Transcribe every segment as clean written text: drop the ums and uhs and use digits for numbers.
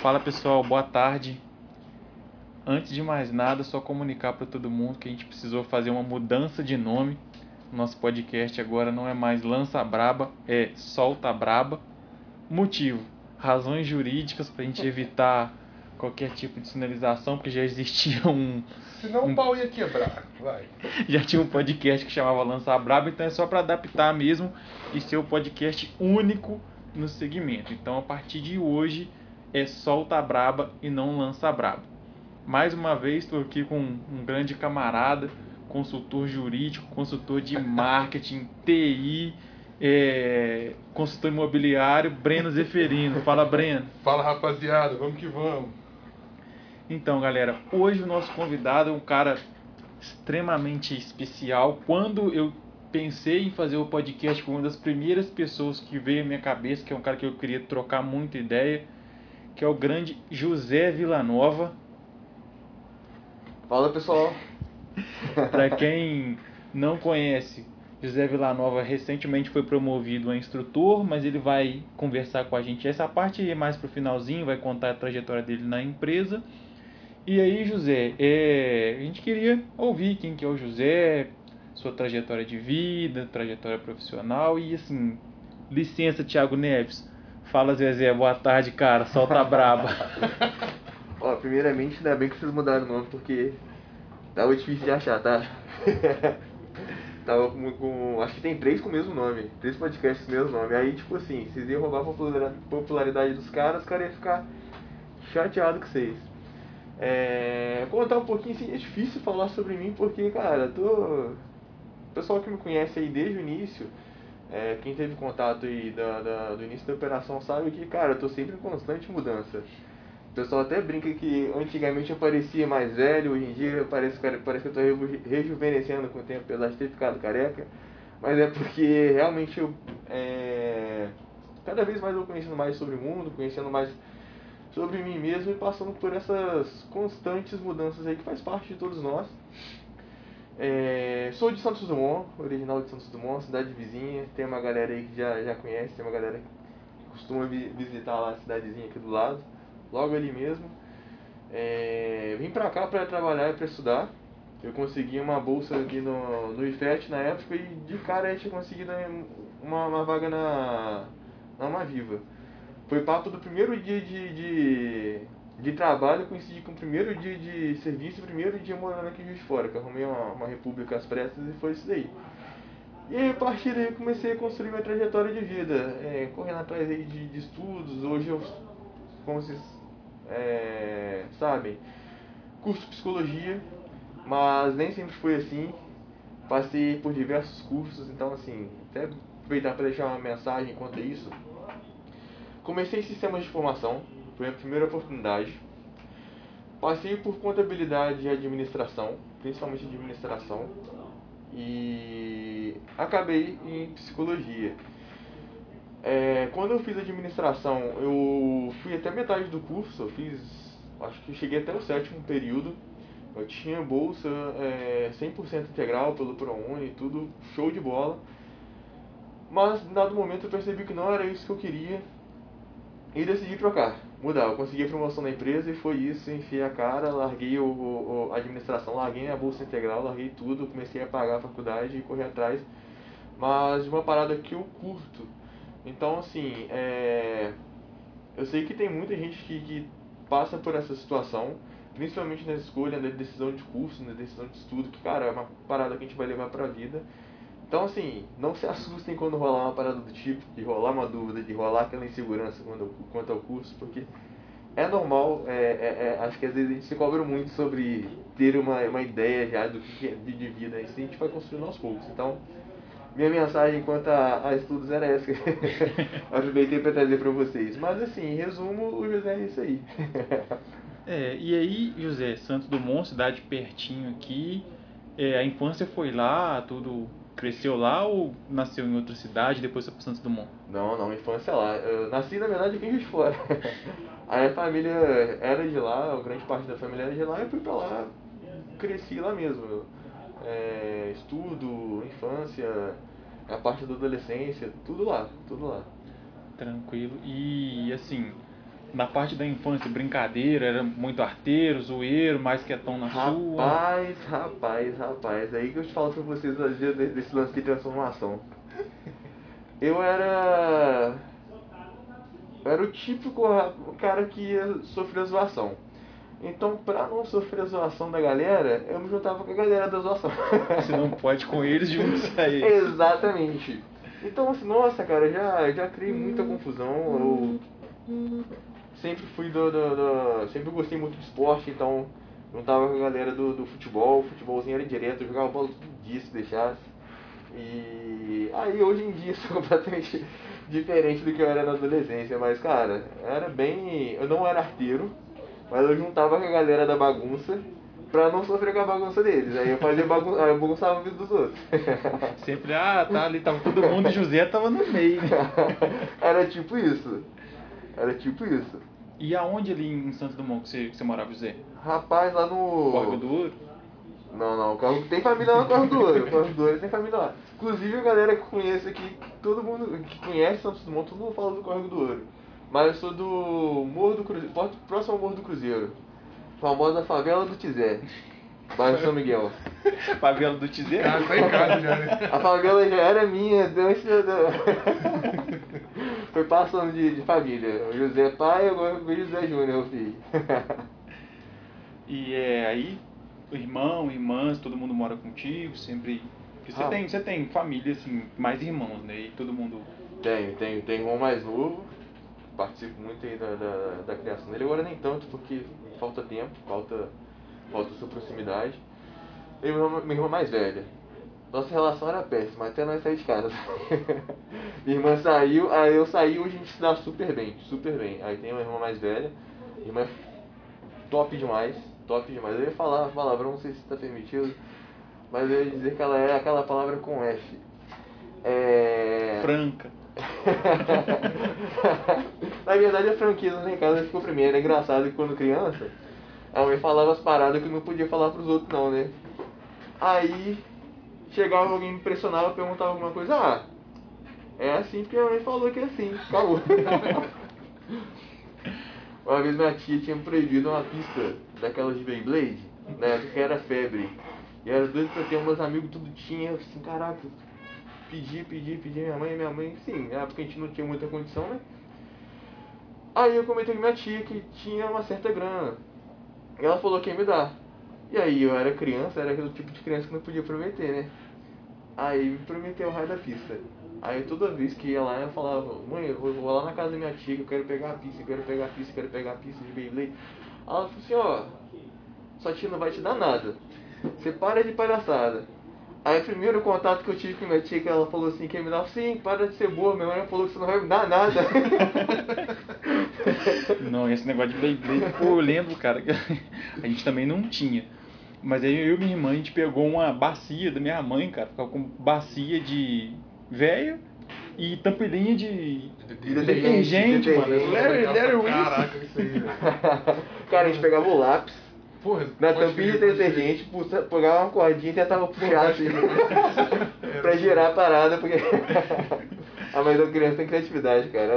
Fala pessoal, boa tarde. Antes de mais nada, só comunicar para todo mundo que a gente precisou fazer uma mudança de nome. Nosso podcast agora não é mais Lança Braba, é Solta Braba. Motivo: razões jurídicas para a gente evitar qualquer tipo de sinalização, porque já existia Senão o pau ia quebrar, vai. já tinha um podcast que chamava Lança Braba, então é só para adaptar mesmo e ser o podcast único no segmento. Então a partir de hoje é Solta Braba e não Lança Braba. Mais uma vez estou aqui com um grande camarada, consultor jurídico, consultor de marketing, TI, consultor imobiliário, Breno Zeferino. Fala, Breno. Fala, rapaziada, vamos que vamos. Então, galera, hoje o nosso convidado é um cara extremamente especial. Quando eu pensei em fazer o podcast, foi uma das primeiras pessoas que veio à minha cabeça, que é um cara que eu queria trocar muita ideia, que é o grande José Villanova. Fala, pessoal. Para quem não conhece, José Villanova recentemente foi promovido a instrutor, mas ele vai conversar com a gente. Essa parte é mais pro finalzinho, vai contar a trajetória dele na empresa. E aí, José, a gente queria ouvir quem que é o José, sua trajetória de vida, trajetória profissional e assim, licença, Thiago Neves. Fala, Zezé, boa tarde, cara, solta a braba. Ó, primeiramente, ainda bem que vocês mudaram o nome, porque tava difícil de achar, tá? Tava acho que tem 3 com o mesmo nome, 3 podcasts com o mesmo nome. Aí, tipo assim, vocês iam roubar a popularidade dos caras, os caras iam ficar chateados com vocês. Contar um pouquinho, assim, é difícil falar sobre mim, porque, cara, o pessoal que me conhece aí desde o início, quem teve contato aí do início da operação sabe que, cara, eu tô sempre em constante mudança. O pessoal até brinca que antigamente eu parecia mais velho, hoje em dia parece que eu tô rejuvenescendo com o tempo, apesar de ter ficado careca. Mas é porque realmente cada vez mais eu conhecendo mais sobre o mundo, conhecendo mais sobre mim mesmo e passando por essas constantes mudanças aí que faz parte de todos nós. Sou de Santos Dumont, original de Santos Dumont, cidade vizinha. Tem uma galera aí que já conhece, tem uma galera que costuma visitar lá a cidadezinha aqui do lado, logo ali mesmo. Vim pra cá pra trabalhar e pra estudar. Eu consegui uma bolsa aqui no IFET na época e de cara eu tinha conseguido uma vaga na Viva. Foi papo do primeiro dia de trabalho, coincidi com o primeiro dia de serviço e o primeiro dia morando aqui em Juiz de Fora, que eu arrumei uma república às pressas e foi isso daí. E aí, a partir daí eu comecei a construir minha trajetória de vida, correndo atrás aí de estudos. Hoje eu, como vocês sabem, curso psicologia, mas nem sempre foi assim. Passei por diversos cursos, então assim, até aproveitar para deixar uma mensagem quanto a isso. Comecei em sistemas de informação, foi a primeira oportunidade. Passei por contabilidade e administração, principalmente administração, e acabei em psicologia. Quando eu fiz administração, eu fui até metade do curso, acho que cheguei até o 7º período. Eu tinha bolsa 100% integral pelo ProUni, tudo show de bola. Mas, em dado momento, eu percebi que não era isso que eu queria e decidi trocar, mudar. Eu consegui a promoção na empresa e foi isso, enfiei a cara, larguei a administração, larguei a bolsa integral, larguei tudo, comecei a pagar a faculdade e correr atrás, mas de uma parada que eu curto. Então, assim, eu sei que tem muita gente que passa por essa situação, principalmente na escolha, na decisão de curso, na decisão de estudo, que, cara, é uma parada que a gente vai levar pra vida. Então, assim, não se assustem quando rolar uma parada do tipo, de rolar uma dúvida, de rolar aquela insegurança quanto ao curso, porque é normal. Acho que às vezes a gente se cobra muito sobre ter uma ideia já do que é de vida, e assim a gente vai construindo aos poucos. Então, minha mensagem quanto a estudos era essa, que eu aproveitei para trazer para vocês. Mas, assim, em resumo, o José é isso aí. E aí, José, Santos Dumont, cidade pertinho aqui, a infância foi lá, tudo cresceu lá ou nasceu em outra cidade e depois foi para Santos Dumont? Não, infância lá. Eu nasci, na verdade, aqui em Juiz de Fora. Aí a família era de lá, a grande parte da família era de lá, e eu fui pra lá, cresci lá mesmo. Estudo, infância, a parte da adolescência, tudo lá, tudo lá. Tranquilo. E assim, Na parte da infância, brincadeira, era muito arteiro, zoeiro, mais quietão na sua. Rapaz, aí que eu te falo pra vocês desse lance de transformação. Eu era o típico cara que ia sofrer zoação. Então, pra não sofrer a zoação da galera, eu me juntava com a galera da zoação. Você não pode com eles juntos aí. Exatamente. Então, assim, nossa, cara, já criei muita confusão. Eu sempre fui sempre gostei muito de esporte, então juntava com a galera do futebol. O futebolzinho era direto, eu jogava bola todo dia se deixasse. E aí, hoje em dia, sou completamente diferente do que eu era na adolescência. Mas, cara, eu não era arteiro, mas eu juntava com a galera da bagunça pra não sofrer com a bagunça deles. Aí eu fazia aí eu bagunçava a vida dos outros. Sempre, tá ali, tava todo mundo e José tava no meio, né? Era tipo isso. E aonde ali em Santos Dumont que você morava, José? Rapaz, lá no... Córrego do Ouro? Não, tem família lá no Córrego do Ouro. Córrego do Ouro tem família lá. Inclusive a galera que conhece aqui, todo mundo que conhece Santos Dumont, todo mundo fala do Córrego do Ouro. Mas eu sou do Morro do Cruzeiro, próximo ao Morro do Cruzeiro. Famosa favela do Tizé, bairro São Miguel. Favela do Tizé? Ah, tá em casa já, né? A favela já era minha, antes foi passando de família. O José pai, agora o José Júnior, o filho. E aí, irmãs, todo mundo mora contigo, sempre... Porque você tem família, assim, mais irmãos, né? E todo mundo... Tenho irmão mais novo, participo muito aí da criação dele. Agora nem tanto, porque falta tempo, falta sua proximidade. E minha irmã mais velha. Nossa relação era péssima, até nós sair de casa. Minha irmã saiu, aí eu saí, hoje a gente se dá super bem. Aí tem uma irmã mais velha, minha irmã é top demais. Eu ia falar palavrão, não sei se está permitido, mas eu ia dizer que ela é aquela palavra com F. Franca. Na verdade a franqueza lá em casa ficou primeiro. É engraçado que quando criança, a mãe falava as paradas que não podia falar pros outros não, né? Aí chegava alguém me impressionava, perguntava alguma coisa, é assim porque a mãe falou que é assim, acabou. Uma vez minha tia tinha proibido uma pista daquelas de Beyblade, na época que era febre. E era doido pra ter, meus amigos tudo tinha, assim, caraca, pedi minha mãe, sim, na época a gente não tinha muita condição, né? Aí eu comentei com minha tia que tinha uma certa grana. E ela falou que ia me dar. E aí eu era criança, era aquele tipo de criança que não podia prometer, né? Aí me prometeu o raio da pista. Aí toda vez que ia lá eu falava, mãe, eu vou lá na casa da minha tia que eu quero pegar a pista de Beyblade. Ela falou assim, sua tia não vai te dar nada. Você para de palhaçada. Aí o primeiro contato que eu tive com minha tia, que ela falou assim, que ia me dar, sim, para de ser boa, minha mãe falou que você não vai me dar nada. Não, esse negócio de Beyblade, pô, eu lembro, cara, que a gente também não tinha. Mas aí eu e minha irmã, a gente pegou uma bacia da minha mãe, cara, ficava com bacia de véia e tampilinha de detergente, mano. Era isso. Caraca, isso aí, velho. Cara, a gente pegava o lápis, Porra, na pode tampinha de crer, pode detergente, pegava uma cordinha e tentava puxar assim, pra girar a parada, porque a mãe da criança tem criatividade, cara.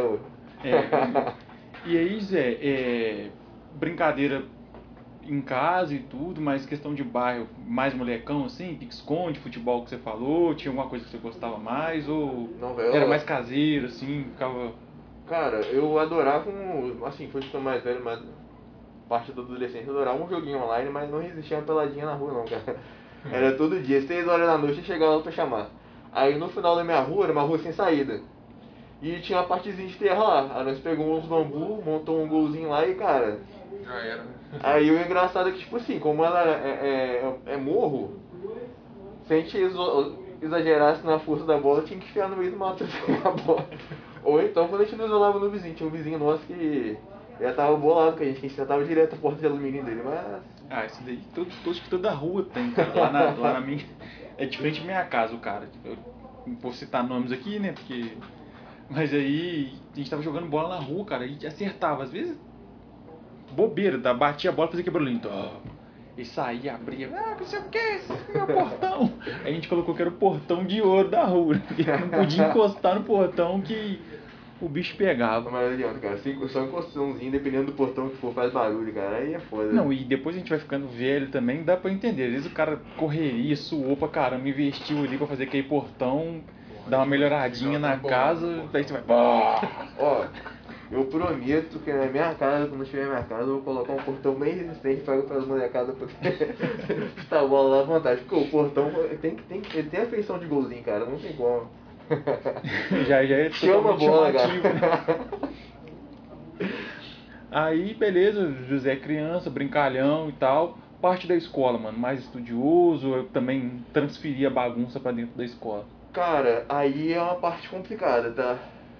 E aí, Zé, brincadeira em casa e tudo, mas questão de bairro, mais molecão assim, pique-esconde, futebol que você falou, tinha alguma coisa que você gostava mais, ou Não, velho, era mais caseiro, assim, ficava... Cara, eu adorava assim, foi ficando mais velho, mas parte da adolescência, eu adorava um joguinho online, mas não existia uma peladinha na rua não, cara. Era todo dia, 6 horas da noite eu chegava lá pra chamar. Aí no final da minha rua, era uma rua sem saída. E tinha uma partezinha de terra lá. Aí nós pegamos uns bambu, montou um golzinho lá e, cara... Já era, né? Aí o engraçado é que, tipo assim, como ela é morro, se a gente exagerasse na força da bola, tinha que enfiar no meio do mato assim, a bola. Ou então, quando a gente não isolava no vizinho, tinha um vizinho nosso que já tava bolado com a gente tentava direto a porta de alumínio dele, mas... isso daí toda rua tem, cara. Lá na minha... É diferente da minha casa, o cara. Eu não vou citar nomes aqui, né, porque... Mas aí, a gente tava jogando bola na rua, cara, a gente acertava, às vezes... Bobeira, batia a bola e fazia aquele barulhinho. E saía, abria, não sei o que, esse é meu portão. Aí a gente colocou que era o portão de ouro da rua, porque não podia encostar no portão que o bicho pegava. Mas não adianta, cara. Só um construçãozinho, dependendo do portão que for, faz barulho, cara. Aí é foda. Não, e depois a gente vai ficando velho também, dá pra entender. Às vezes o cara correria, suou pra caramba, investiu ali pra fazer aquele portão, dar uma melhoradinha na casa, daí você vai. Ó, eu prometo que na minha casa, quando eu estiver na minha casa, eu vou colocar um portão bem resistente para as molecadas poder chutar a bola lá à vontade. Porque o portão ele tem a feição de golzinho, cara, não tem como. Já é Chama a totalmente bola, chamativo, cara. né? Aí, beleza, José é criança, brincalhão e tal. Parte da escola, mano, mais estudioso, eu também transferia bagunça pra dentro da escola. Cara, aí é uma parte complicada, tá?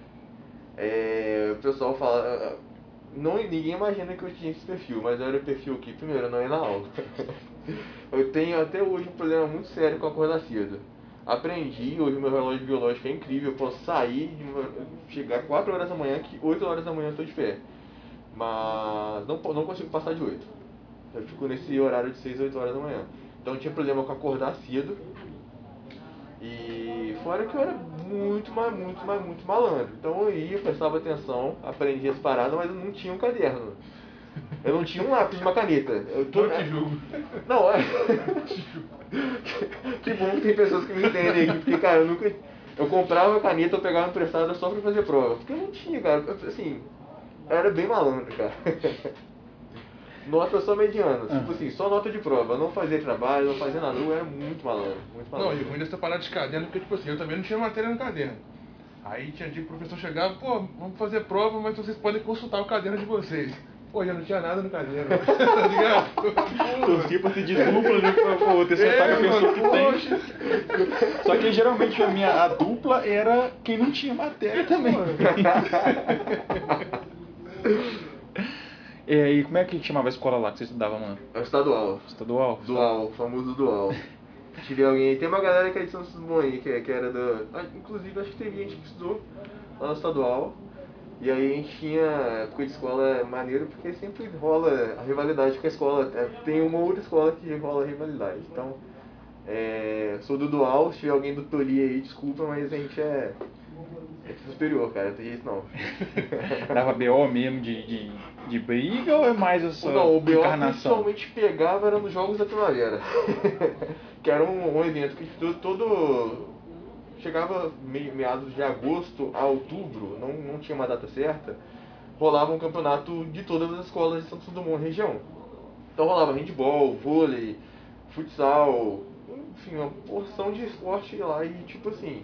O pessoal fala. Não, ninguém imagina que eu tinha esse perfil, mas eu era o perfil que, primeiro, eu não ia na aula. Eu tenho até hoje um problema muito sério com acordar cedo. Aprendi, hoje meu relógio biológico é incrível, eu posso sair, chegar 4 horas da manhã, que 8 horas da manhã eu tô de pé. Mas não consigo passar de 8. Eu fico nesse horário de 6 a 8 horas da manhã. Então eu tinha problema com acordar cedo. E fora que eu era muito malandro. Então eu ia, prestava atenção, aprendia as paradas, mas eu não tinha um caderno. Eu não tinha um lápis e uma caneta. Não te julgo. Não, é. Que bom que tem pessoas que me entendem aqui, porque, cara, eu comprava a caneta, eu pegava emprestada só pra fazer prova. Porque eu não tinha, cara. Assim, eu era bem malandro, cara. Nota só mediana, tipo assim, só nota de prova, não fazia trabalho, não fazia nada, eu era muito malandro, muito Não, malandro. e ruim dessa parada de caderno, porque, tipo assim, eu também não tinha matéria no caderno. Aí tinha dia que o professor chegava, pô, vamos fazer prova, mas vocês podem consultar o caderno de vocês. Pô, já não tinha nada no caderno, tá ligado? Torcia pra pedir dupla, né? Pô, ter sorte a pessoa que tem. Só que geralmente a dupla era quem não tinha matéria também. E como é que chamava a escola lá que você estudava, mano? É o estadual. Estadual? Dual, o famoso dual. Tive alguém, tem uma galera que é de Santos Dumont aí, que era do. Inclusive acho que teve gente que estudou lá no estadual. E aí a gente tinha época de escola maneiro porque sempre rola a rivalidade com a escola. Tem uma outra escola que rola a rivalidade. Então, sou do dual, se tiver alguém do Toli aí, desculpa, mas a gente é superior, cara, não tem jeito não. Dava BO mesmo de briga ou é mais a sua Não, o BO encarnação? principalmente pegava era nos Jogos da Primavera. Que era um evento que todo chegava meados de agosto a outubro, não tinha uma data certa, rolava um campeonato de todas as escolas de Santos Dumont região. Então rolava handball, vôlei, futsal, enfim, uma porção de esporte lá e tipo assim,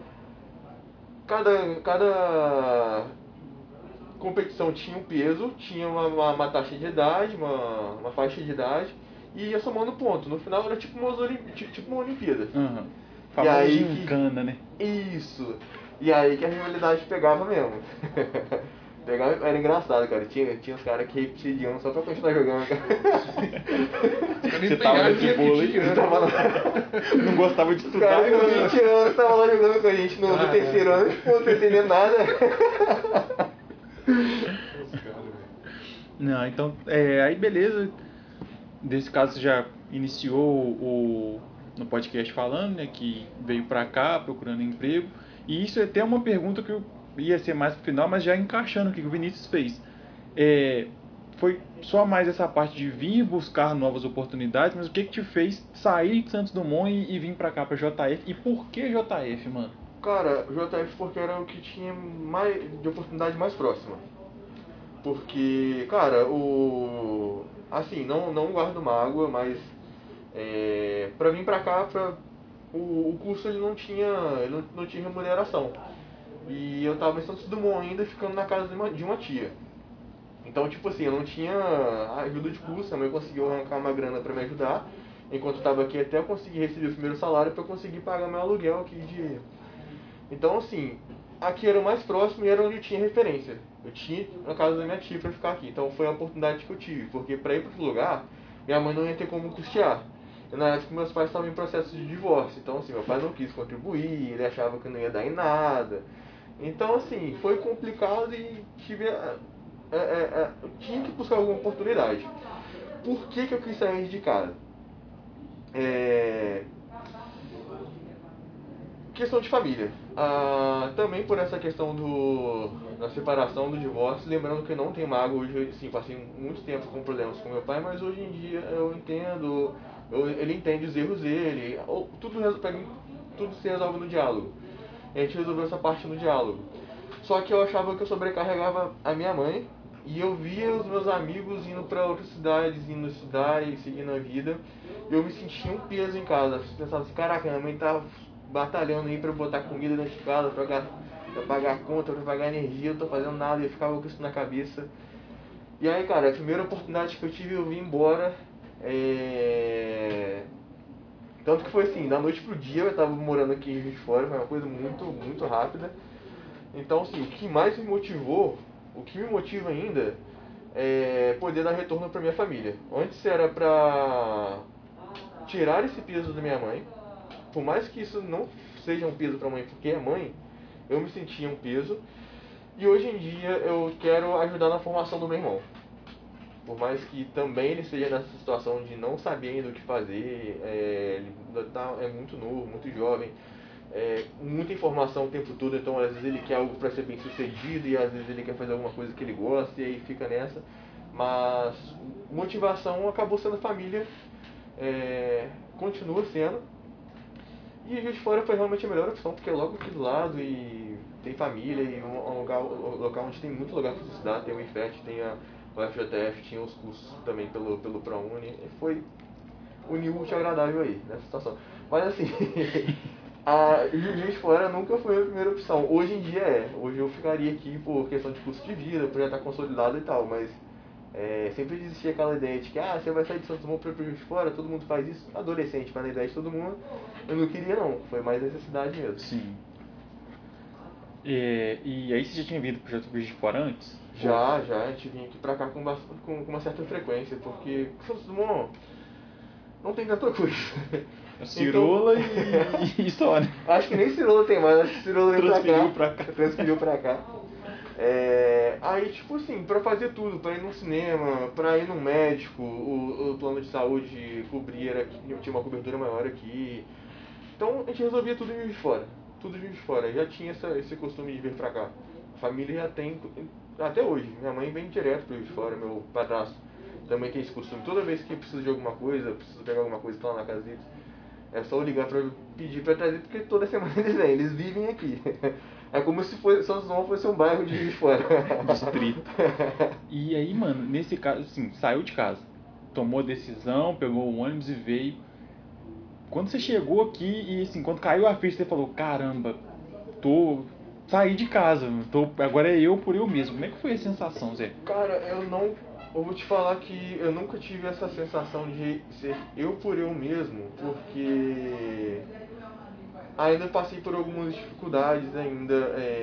cada competição tinha um peso, tinha uma taxa de idade, uma faixa de idade, e ia somando ponto. No final era tipo uma Olimpíada. Uhum. E Famosa aí gincana, né? Isso! E aí que a rivalidade pegava mesmo. Pegava, era engraçado, cara. Tinha os caras que repetiam só pra continuar jogando, cara. Você tava nesse bolo aí? Eu tava lá. Não gostava de Os estudar. caras com 20 anos estavam lá jogando com a gente no terceiro ano, não tô entendendo nada. Não, então, aí beleza. Desse caso você já iniciou no podcast falando, né, que veio pra cá procurando emprego. E isso é até uma pergunta que eu ia ser mais pro final, mas já encaixando o que o Vinícius fez. Foi só mais essa parte de vir buscar novas oportunidades, mas o que te fez sair de Santos Dumont e vir pra cá, pra JF? E por que JF, mano? Cara, o JF porque era o que tinha de oportunidade mais próxima. Porque, cara, assim, não guardo mágoa, mas pra vir pra cá, o curso ele não tinha remuneração. E eu tava em Santos Dumont ainda, ficando na casa de uma tia. Então, tipo assim, eu não tinha ajuda de custo, a mãe conseguiu arrancar uma grana pra me ajudar. Enquanto eu tava aqui, até eu consegui receber o primeiro salário pra eu conseguir pagar meu aluguel aqui de... Então, assim, aqui era o mais próximo e era onde eu tinha referência. Eu tinha a casa da minha tia pra ficar aqui. Então foi a oportunidade que eu tive. Porque pra ir pra outro lugar, minha mãe não ia ter como custear. E na época meus pais estavam em processo de divórcio. Então, assim, meu pai não quis contribuir, ele achava que não ia dar em nada. Então, assim, foi complicado e tive... eu tinha que buscar alguma oportunidade. Por que eu quis sair de casa? Questão de família. Também por essa questão da separação, do divórcio, lembrando que eu não tenho mágoa, hoje assim, passei muito tempo com problemas com meu pai, mas hoje em dia eu entendo, ele entende os erros dele, pra mim, tudo se resolve no diálogo. A gente resolveu essa parte no diálogo. Só que eu achava que eu sobrecarregava a minha mãe, e eu via os meus amigos indo para outras cidades, indo estudar e seguindo a vida, e eu me sentia um peso em casa. Eu pensava assim, caraca, minha mãe tá batalhando aí pra botar comida dentro de casa, pra pagar a conta, pra pagar energia, eu tô fazendo nada, e eu ficava com isso na cabeça. E aí, cara, a primeira oportunidade que eu tive, eu vim embora. Tanto que foi assim, da noite pro dia eu tava morando aqui em Juiz de Fora, foi uma coisa muito, muito rápida. Então, assim, o que mais me motivou, o que me motiva ainda, é poder dar retorno pra minha família. Antes era pra tirar esse peso da minha mãe, por mais que isso não seja um peso pra mãe, porque é mãe, eu me sentia um peso. E hoje em dia eu quero ajudar na formação do meu irmão. Por mais que também ele esteja nessa situação de não saber ainda o que fazer, ele é muito novo, muito jovem, muita informação o tempo todo, então às vezes ele quer algo para ser bem sucedido e às vezes ele quer fazer alguma coisa que ele gosta e aí fica nessa. Mas motivação acabou sendo família, continua sendo. E Juiz de Fora foi realmente a melhor opção, porque é logo aqui do lado e tem família e um local onde tem muito lugar para estudar, tem o IFET, tem o FJF, tinha os cursos também pelo ProUni, e foi unir o útil ao agradável aí, nessa situação. Mas assim, a Juiz de Fora nunca foi a primeira opção, hoje em dia hoje eu ficaria aqui por questão de custo de vida, por já estar consolidado e tal, mas sempre existia aquela ideia de que você vai sair de Santos Dumont para Juiz de Fora, todo mundo faz isso, adolescente, mas na ideia de todo mundo, eu não queria não, foi mais necessidade mesmo. Sim. E aí você já tinha vindo para o Juiz de Fora antes? Já, a gente vinha aqui pra cá com uma certa frequência, porque Santos Dumont não tem tanta coisa. Cirola e só, né? Acho que nem Cirola tem mais, acho que Cirola veio transferiu pra cá. Aí, tipo assim, pra fazer tudo, pra ir no cinema, pra ir no médico, o plano de saúde tinha uma cobertura maior aqui. Então a gente resolvia tudo em Juiz de Fora. Tudo em Juiz de Fora. Já tinha esse costume de vir pra cá. A família já tem, até hoje. Minha mãe vem direto pro Juiz de Fora, meu padrasto também tem esse costume. Toda vez que precisa de alguma coisa, preciso pegar alguma coisa, tá lá na casa deles, é só eu ligar pra pedir pra trazer, porque toda semana eles vêm, eles vivem aqui. É como se Santos Dumont fosse um bairro de Juiz de Fora. Distrito. E aí, mano, nesse caso, assim, saiu de casa, tomou a decisão, pegou o ônibus e veio. Quando você chegou aqui e, assim, quando caiu a ficha, você falou, caramba, saí de casa, agora é eu por eu mesmo. Como é que foi a sensação, Zé? Cara, eu vou te falar que eu nunca tive essa sensação de ser eu por eu mesmo, porque ainda passei por algumas dificuldades ainda,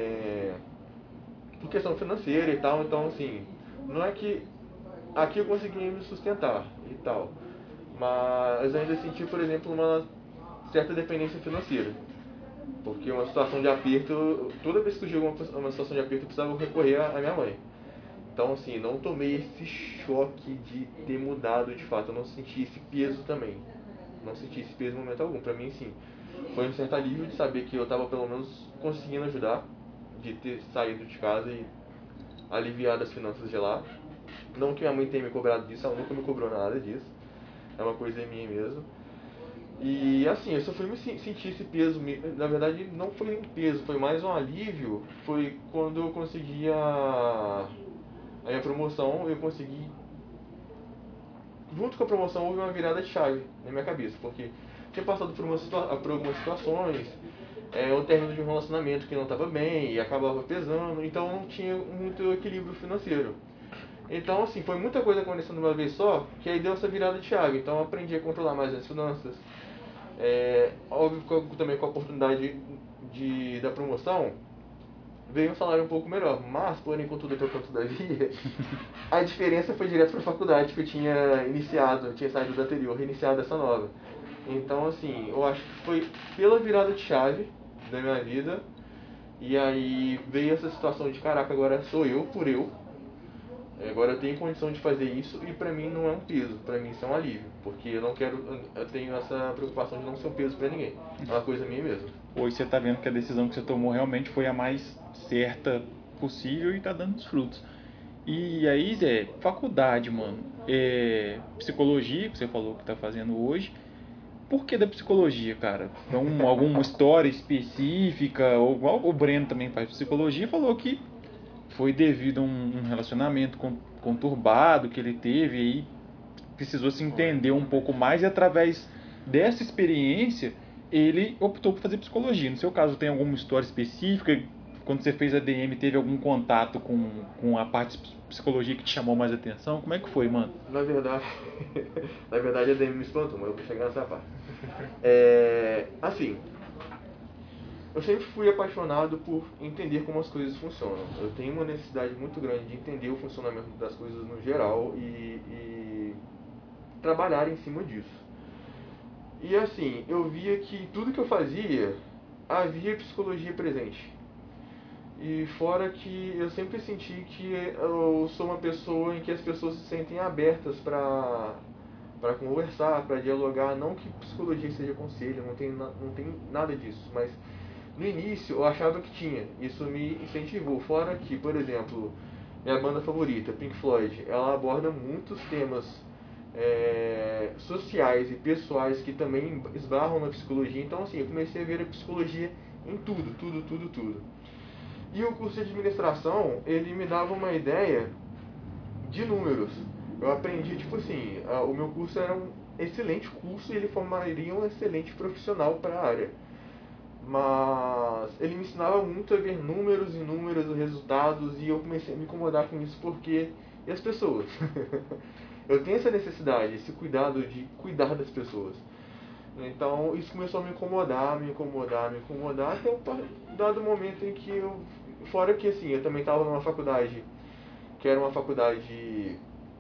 por questão financeira e tal, então assim, não é que aqui eu consegui me sustentar e tal, mas ainda senti, por exemplo, uma certa dependência financeira, porque uma situação de aperto, toda vez que eu chegou uma situação de aperto eu precisava recorrer à minha mãe. Então, assim, não tomei esse choque de ter mudado de fato, eu não senti esse peso também. Não senti esse peso em momento algum. Pra mim, sim, foi um certo alívio de saber que eu estava pelo menos conseguindo ajudar, de ter saído de casa e aliviado as finanças de lá. Não que minha mãe tenha me cobrado disso, ela nunca me cobrou nada disso. É uma coisa minha mesmo. E assim, eu só fui me sentir esse peso, na verdade não foi um peso, foi mais um alívio, foi quando eu consegui a minha promoção, eu consegui, junto com a promoção houve uma virada de chave na minha cabeça, porque tinha passado por algumas situações, o término de um relacionamento que não estava bem e acabava pesando, então não tinha muito equilíbrio financeiro. Então, assim, foi muita coisa acontecendo de uma vez só, que aí deu essa virada de chave. Então, eu aprendi a controlar mais as finanças. Óbvio que também com a oportunidade da promoção, veio um salário um pouco melhor. Mas, porém, contudo, todavia, a diferença foi direto para a faculdade que eu tinha iniciado, eu tinha saído da anterior, reiniciado essa nova. Então, assim, eu acho que foi pela virada de chave da minha vida, e aí veio essa situação de, caraca, agora sou eu por eu. Agora eu tenho condição de fazer isso e pra mim não é um peso, pra mim isso é um alívio, porque eu tenho essa preocupação de não ser um peso pra ninguém, é uma coisa minha mesmo. hoje você tá vendo que a decisão que você tomou realmente foi a mais certa possível e tá dando os frutos. E aí, Zé, faculdade, mano, psicologia, que você falou que tá fazendo hoje. Por que da psicologia, cara? Alguma história específica? Ou igual o Breno também faz psicologia e falou que foi devido a um relacionamento conturbado que ele teve e aí precisou se entender um pouco mais e através dessa experiência ele optou por fazer psicologia. No seu caso, tem alguma história específica? Quando você fez a DM, teve algum contato com a parte de psicologia que te chamou mais atenção? Como é que foi, mano? Na verdade, na verdade a DM me espantou, mas eu vou chegar nessa parte. Assim, eu sempre fui apaixonado por entender como as coisas funcionam. Eu tenho uma necessidade muito grande de entender o funcionamento das coisas no geral e trabalhar em cima disso. E assim, eu via que tudo que eu fazia havia psicologia presente. E fora que eu sempre senti que eu sou uma pessoa em que as pessoas se sentem abertas para conversar, para dialogar. Não que psicologia seja conselho, não tem nada disso, mas no início eu achava que tinha. Isso me incentivou. Fora que, por exemplo, minha banda favorita, Pink Floyd, ela aborda muitos temas sociais e pessoais que também esbarram na psicologia. Então assim, eu comecei a ver a psicologia em tudo. E o curso de administração, ele me dava uma ideia de números. Eu aprendi, tipo assim, o meu curso era um excelente curso e ele formaria um excelente profissional para a área. Mas ele me ensinava muito a ver números e números, resultados, e eu comecei a me incomodar com isso porque... E as pessoas? Eu tenho essa necessidade, esse cuidado de cuidar das pessoas. Então isso começou a me incomodar, até um dado momento em que eu... Fora que assim, eu também estava numa faculdade, que era uma faculdade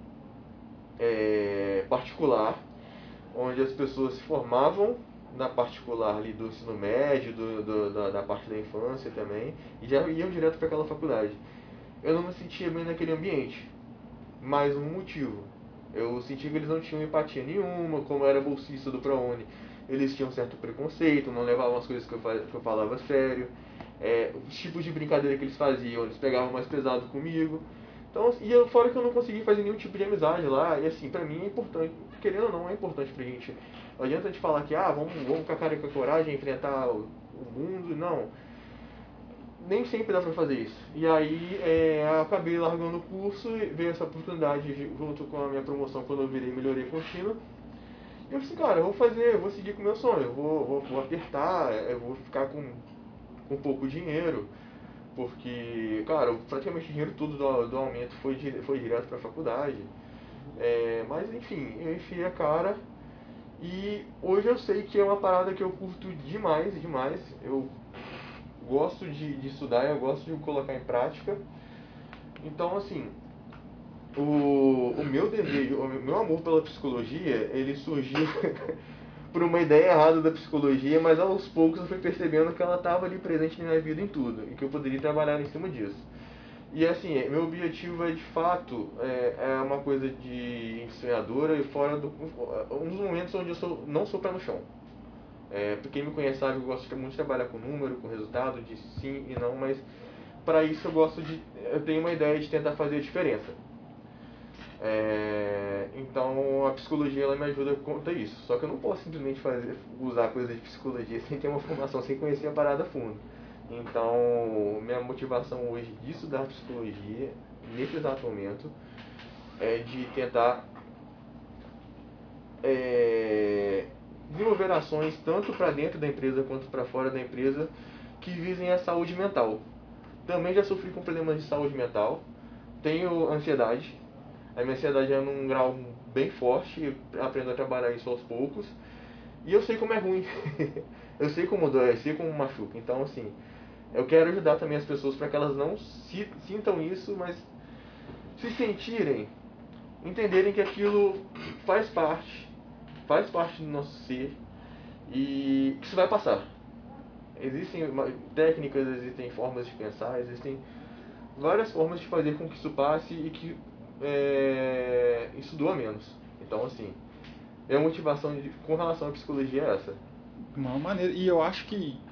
particular, onde as pessoas se formavam na particular ali do ensino médio, da parte da infância também, e já iam direto para aquela faculdade. Eu não me sentia bem naquele ambiente, mais um motivo. Eu sentia que eles não tinham empatia nenhuma, como eu era bolsista do ProUni, eles tinham certo preconceito, não levavam as coisas que eu falava a sério. Os tipos de brincadeira que eles faziam, eles pegavam mais pesado comigo. Então, e fora que eu não consegui fazer nenhum tipo de amizade lá, e assim, pra mim é importante, querendo ou não, é importante pra gente. Não adianta a gente falar que, vamos com a cara e com a coragem enfrentar o mundo, não. Nem sempre dá pra fazer isso. E aí, eu acabei largando o curso, e veio essa oportunidade junto com a minha promoção quando eu virei melhoria contínua. E eu pensei, cara, eu vou seguir com o meu sonho, eu vou apertar, eu vou ficar com pouco dinheiro, porque, cara, praticamente o dinheiro todo do aumento foi direto para a faculdade. Mas enfim, eu enfiei a cara e hoje eu sei que é uma parada que eu curto demais. Eu gosto de estudar, eu gosto de colocar em prática. Então, assim, o meu desejo, o meu amor pela psicologia, ele surgiu por uma ideia errada da psicologia, mas aos poucos eu fui percebendo que ela estava ali presente na minha vida em tudo e que eu poderia trabalhar em cima disso. E assim, meu objetivo de fato uma coisa de sonhadora e fora uns momentos onde eu não sou pé no chão. Pra quem me conhece sabe que eu gosto muito de trabalhar com número, com resultado, de sim e não, mas para isso eu tenho uma ideia de tentar fazer a diferença. Então a psicologia ela me ajuda quanto a isso. Só que eu não posso simplesmente usar coisas de psicologia sem ter uma formação, sem conhecer a parada a fundo. Então minha motivação hoje de estudar psicologia, nesse exato momento, é de tentar desenvolver ações tanto para dentro da empresa quanto para fora da empresa que visem a saúde mental. Também já sofri com problemas de saúde mental, tenho ansiedade. A minha ansiedade é num grau bem forte, aprendo a trabalhar isso aos poucos. E eu sei como é ruim. Eu sei como dói, eu sei como machuca. Então, assim, eu quero ajudar também as pessoas para que elas não sintam isso, mas se sentirem, entenderem que aquilo faz parte do nosso ser e que isso vai passar. Existem técnicas, existem formas de pensar, existem várias formas de fazer com que isso passe e que isso doa menos. Então, assim, minha motivação com relação à psicologia é essa. Uma maneira. E eu acho que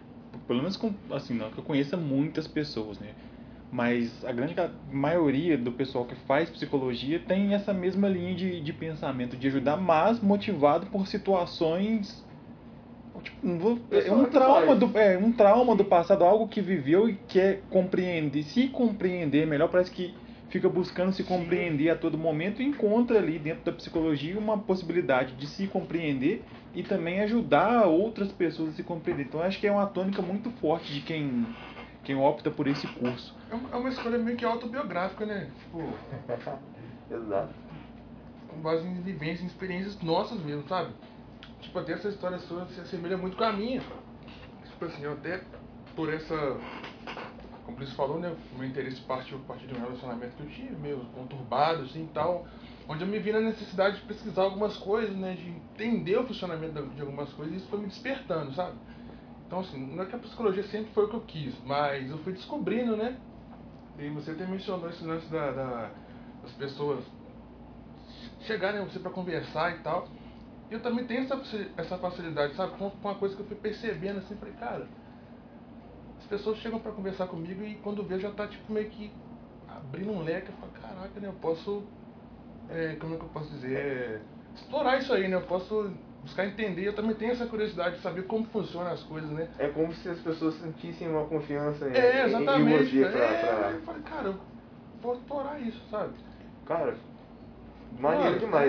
pelo menos assim, não que eu conheça muitas pessoas, né? Mas a grande maioria do pessoal que faz psicologia tem essa mesma linha de pensamento, de ajudar, mas motivado por situações. Tipo, é um trauma um trauma do passado, algo que viveu e quer compreender, se compreender melhor, parece que fica buscando se compreender a todo momento e encontra ali dentro da psicologia uma possibilidade de se compreender e também ajudar outras pessoas a se compreender. Então acho que é uma tônica muito forte de quem opta por esse curso. É uma escolha meio que autobiográfica, né? Tipo, Exato. com base em vivências, em experiências nossas mesmo, sabe? Tipo, até essa história sua se assemelha muito com a minha. Tipo assim, eu até por essa... Como você falou, né? O meu interesse partiu de um relacionamento que eu tive, meio conturbado, assim, e tal. Onde eu me vi na necessidade de pesquisar algumas coisas, né? De entender o funcionamento de algumas coisas. E isso foi me despertando, sabe? Então, assim, não é que a psicologia sempre foi o que eu quis, mas eu fui descobrindo, né? E você até mencionou esse lance das pessoas chegarem a você para conversar e tal. E eu também tenho essa facilidade, sabe? Com uma coisa que eu fui percebendo, assim, falei, cara, as pessoas chegam para conversar comigo e quando vê já tá, tipo, meio que abrindo um leque. Eu falo, caraca, né? Eu posso, como é que eu posso dizer? Explorar isso aí, né? Eu posso buscar entender. Eu também tenho essa curiosidade de saber como funcionam as coisas, né? É como se as pessoas sentissem uma confiança Exatamente. em você Eu falei, cara, eu vou explorar isso, sabe? Cara, maneiro demais.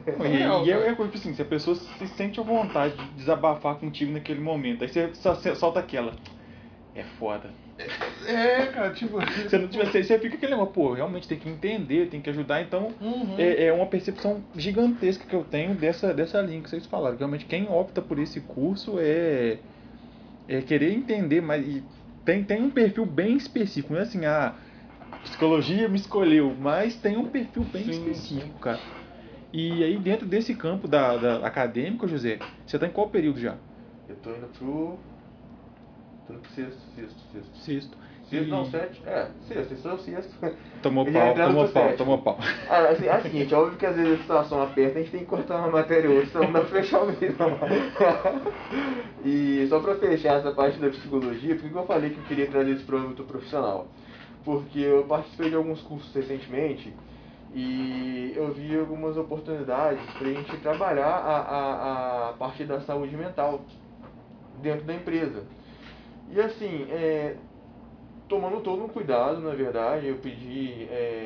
É coisa assim, se a pessoa se sente à vontade de desabafar contigo naquele momento, aí você só solta aquela. É foda. Cara, tipo... Você fica aquele negócio, pô, realmente tem que entender, tem que ajudar, então é uma percepção gigantesca que eu tenho dessa linha que vocês falaram. Realmente quem opta por esse curso é querer entender, mas tem um perfil bem específico, não é assim, a psicologia me escolheu, mas tem um perfil bem específico, cara. E aí dentro desse campo da acadêmico, José, você tá em qual período já? Eu tô indo pro sexto. Sexto. Não, sete. Sexto, esse é o sexto. Tomou pau. É o seguinte, óbvio que às vezes a situação aperta, a gente tem que cortar uma matéria ou outra, senão não dá pra fechar o mês, não. E só pra fechar essa parte da psicologia, por que eu falei que eu queria trazer isso pro âmbito profissional? Porque eu participei de alguns cursos recentemente e eu vi algumas oportunidades pra gente trabalhar a parte da saúde mental dentro da empresa. E assim, tomando todo um cuidado, na verdade, eu pedi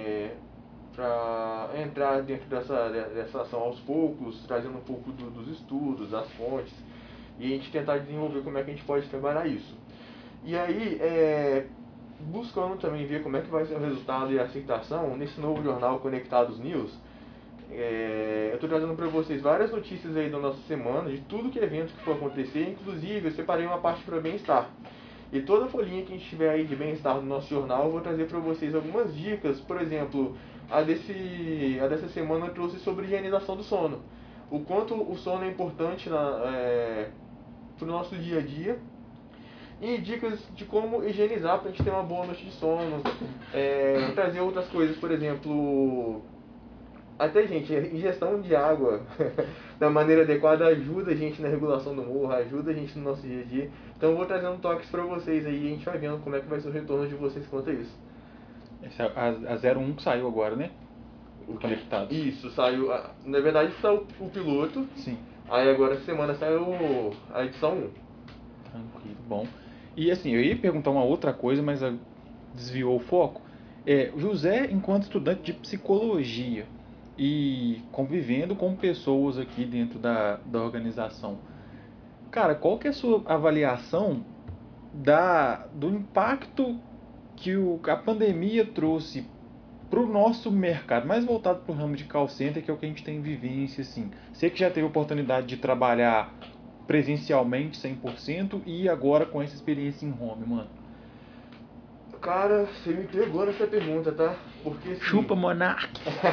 para entrar dentro dessa ação aos poucos, trazendo um pouco dos estudos, das fontes, e a gente tentar desenvolver como é que a gente pode trabalhar isso. E aí, buscando também ver como é que vai ser o resultado e a aceitação nesse novo jornal Conectados News, eu estou trazendo para vocês várias notícias aí da nossa semana, de tudo que é evento que for acontecer, inclusive eu separei uma parte para bem-estar. E toda folhinha que a gente tiver aí de bem-estar no nosso jornal, eu vou trazer para vocês algumas dicas. Por exemplo, a dessa semana eu trouxe sobre higienização do sono. O quanto o sono é importante para o nosso dia a dia. E dicas de como higienizar para a gente ter uma boa noite de sono. Trazer outras coisas, por exemplo... Até, gente, ingestão de água da maneira adequada ajuda a gente na regulação do humor, ajuda a gente no nosso dia a dia. Então eu vou trazendo toques pra vocês aí e a gente vai vendo como é que vai ser o retorno de vocês quanto a isso. A 01 que saiu agora, né? O Conectados. Isso, saiu. Na verdade saiu o piloto. Sim. Aí agora essa semana saiu a edição 1. Tranquilo, bom. E assim, eu ia perguntar uma outra coisa, mas desviou o foco. José, enquanto estudante de psicologia e convivendo com pessoas aqui dentro da organização, cara, qual que é a sua avaliação do impacto que a pandemia trouxe para o nosso mercado, mais voltado para o ramo de call center, que é o que a gente tem em vivência, assim. Você que já teve a oportunidade de trabalhar presencialmente 100% e agora com essa experiência em home, mano. Cara, você me pegou nessa pergunta, tá? Porque assim... Chupa, Monark!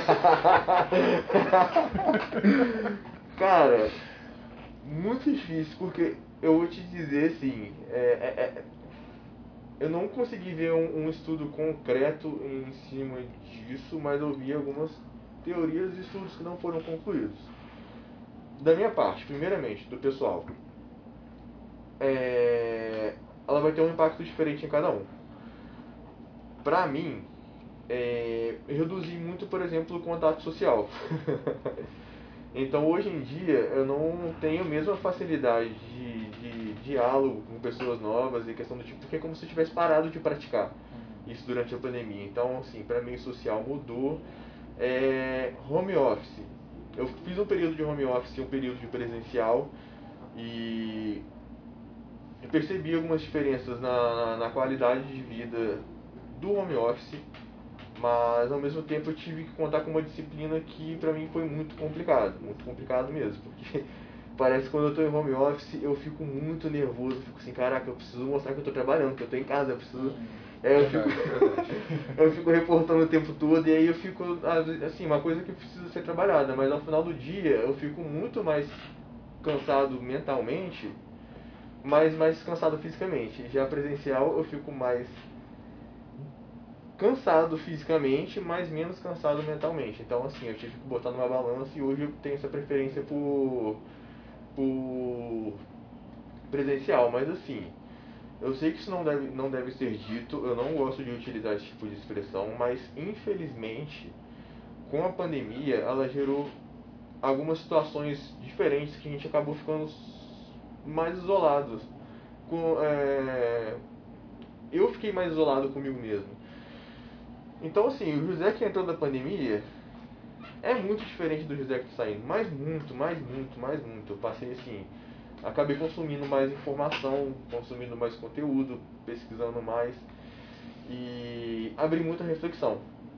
Cara, muito difícil, porque eu vou te dizer assim, eu não consegui ver um estudo concreto em cima disso, mas eu vi algumas teorias e estudos que não foram concluídos. Da minha parte, primeiramente, do pessoal, ela vai ter um impacto diferente em cada um. Pra mim, eu reduzi muito, por exemplo, o contato social. Então, hoje em dia, eu não tenho a mesma facilidade de diálogo com pessoas novas e questão do tipo, porque é como se eu tivesse parado de praticar isso durante a pandemia. Então, assim, para mim, social mudou. Home office. Eu fiz um período de home office e um período de presencial e eu percebi algumas diferenças na qualidade de vida do home office, mas ao mesmo tempo eu tive que contar com uma disciplina que pra mim foi muito complicado mesmo, porque parece que quando eu tô em home office eu fico muito nervoso, eu fico assim, caraca, eu preciso mostrar que eu tô trabalhando, que eu tô em casa, eu preciso... eu fico reportando o tempo todo e aí eu fico, assim, uma coisa que precisa ser trabalhada, mas ao final do dia eu fico muito mais cansado mentalmente, mas mais cansado fisicamente. Já presencial eu fico mais cansado fisicamente, mas menos cansado mentalmente. Então, assim, eu tive que botar numa balança e hoje eu tenho essa preferência por presencial. Mas, assim, eu sei que isso não deve ser dito, eu não gosto de utilizar esse tipo de expressão, mas, infelizmente, com a pandemia, ela gerou algumas situações diferentes que a gente acabou ficando mais isolados. Eu fiquei mais isolado comigo mesmo. Então, assim, o José que entrou da pandemia é muito diferente do José que está saindo. Mas muito. Eu passei, assim, acabei consumindo mais informação, consumindo mais conteúdo, pesquisando mais e abri muita reflexão.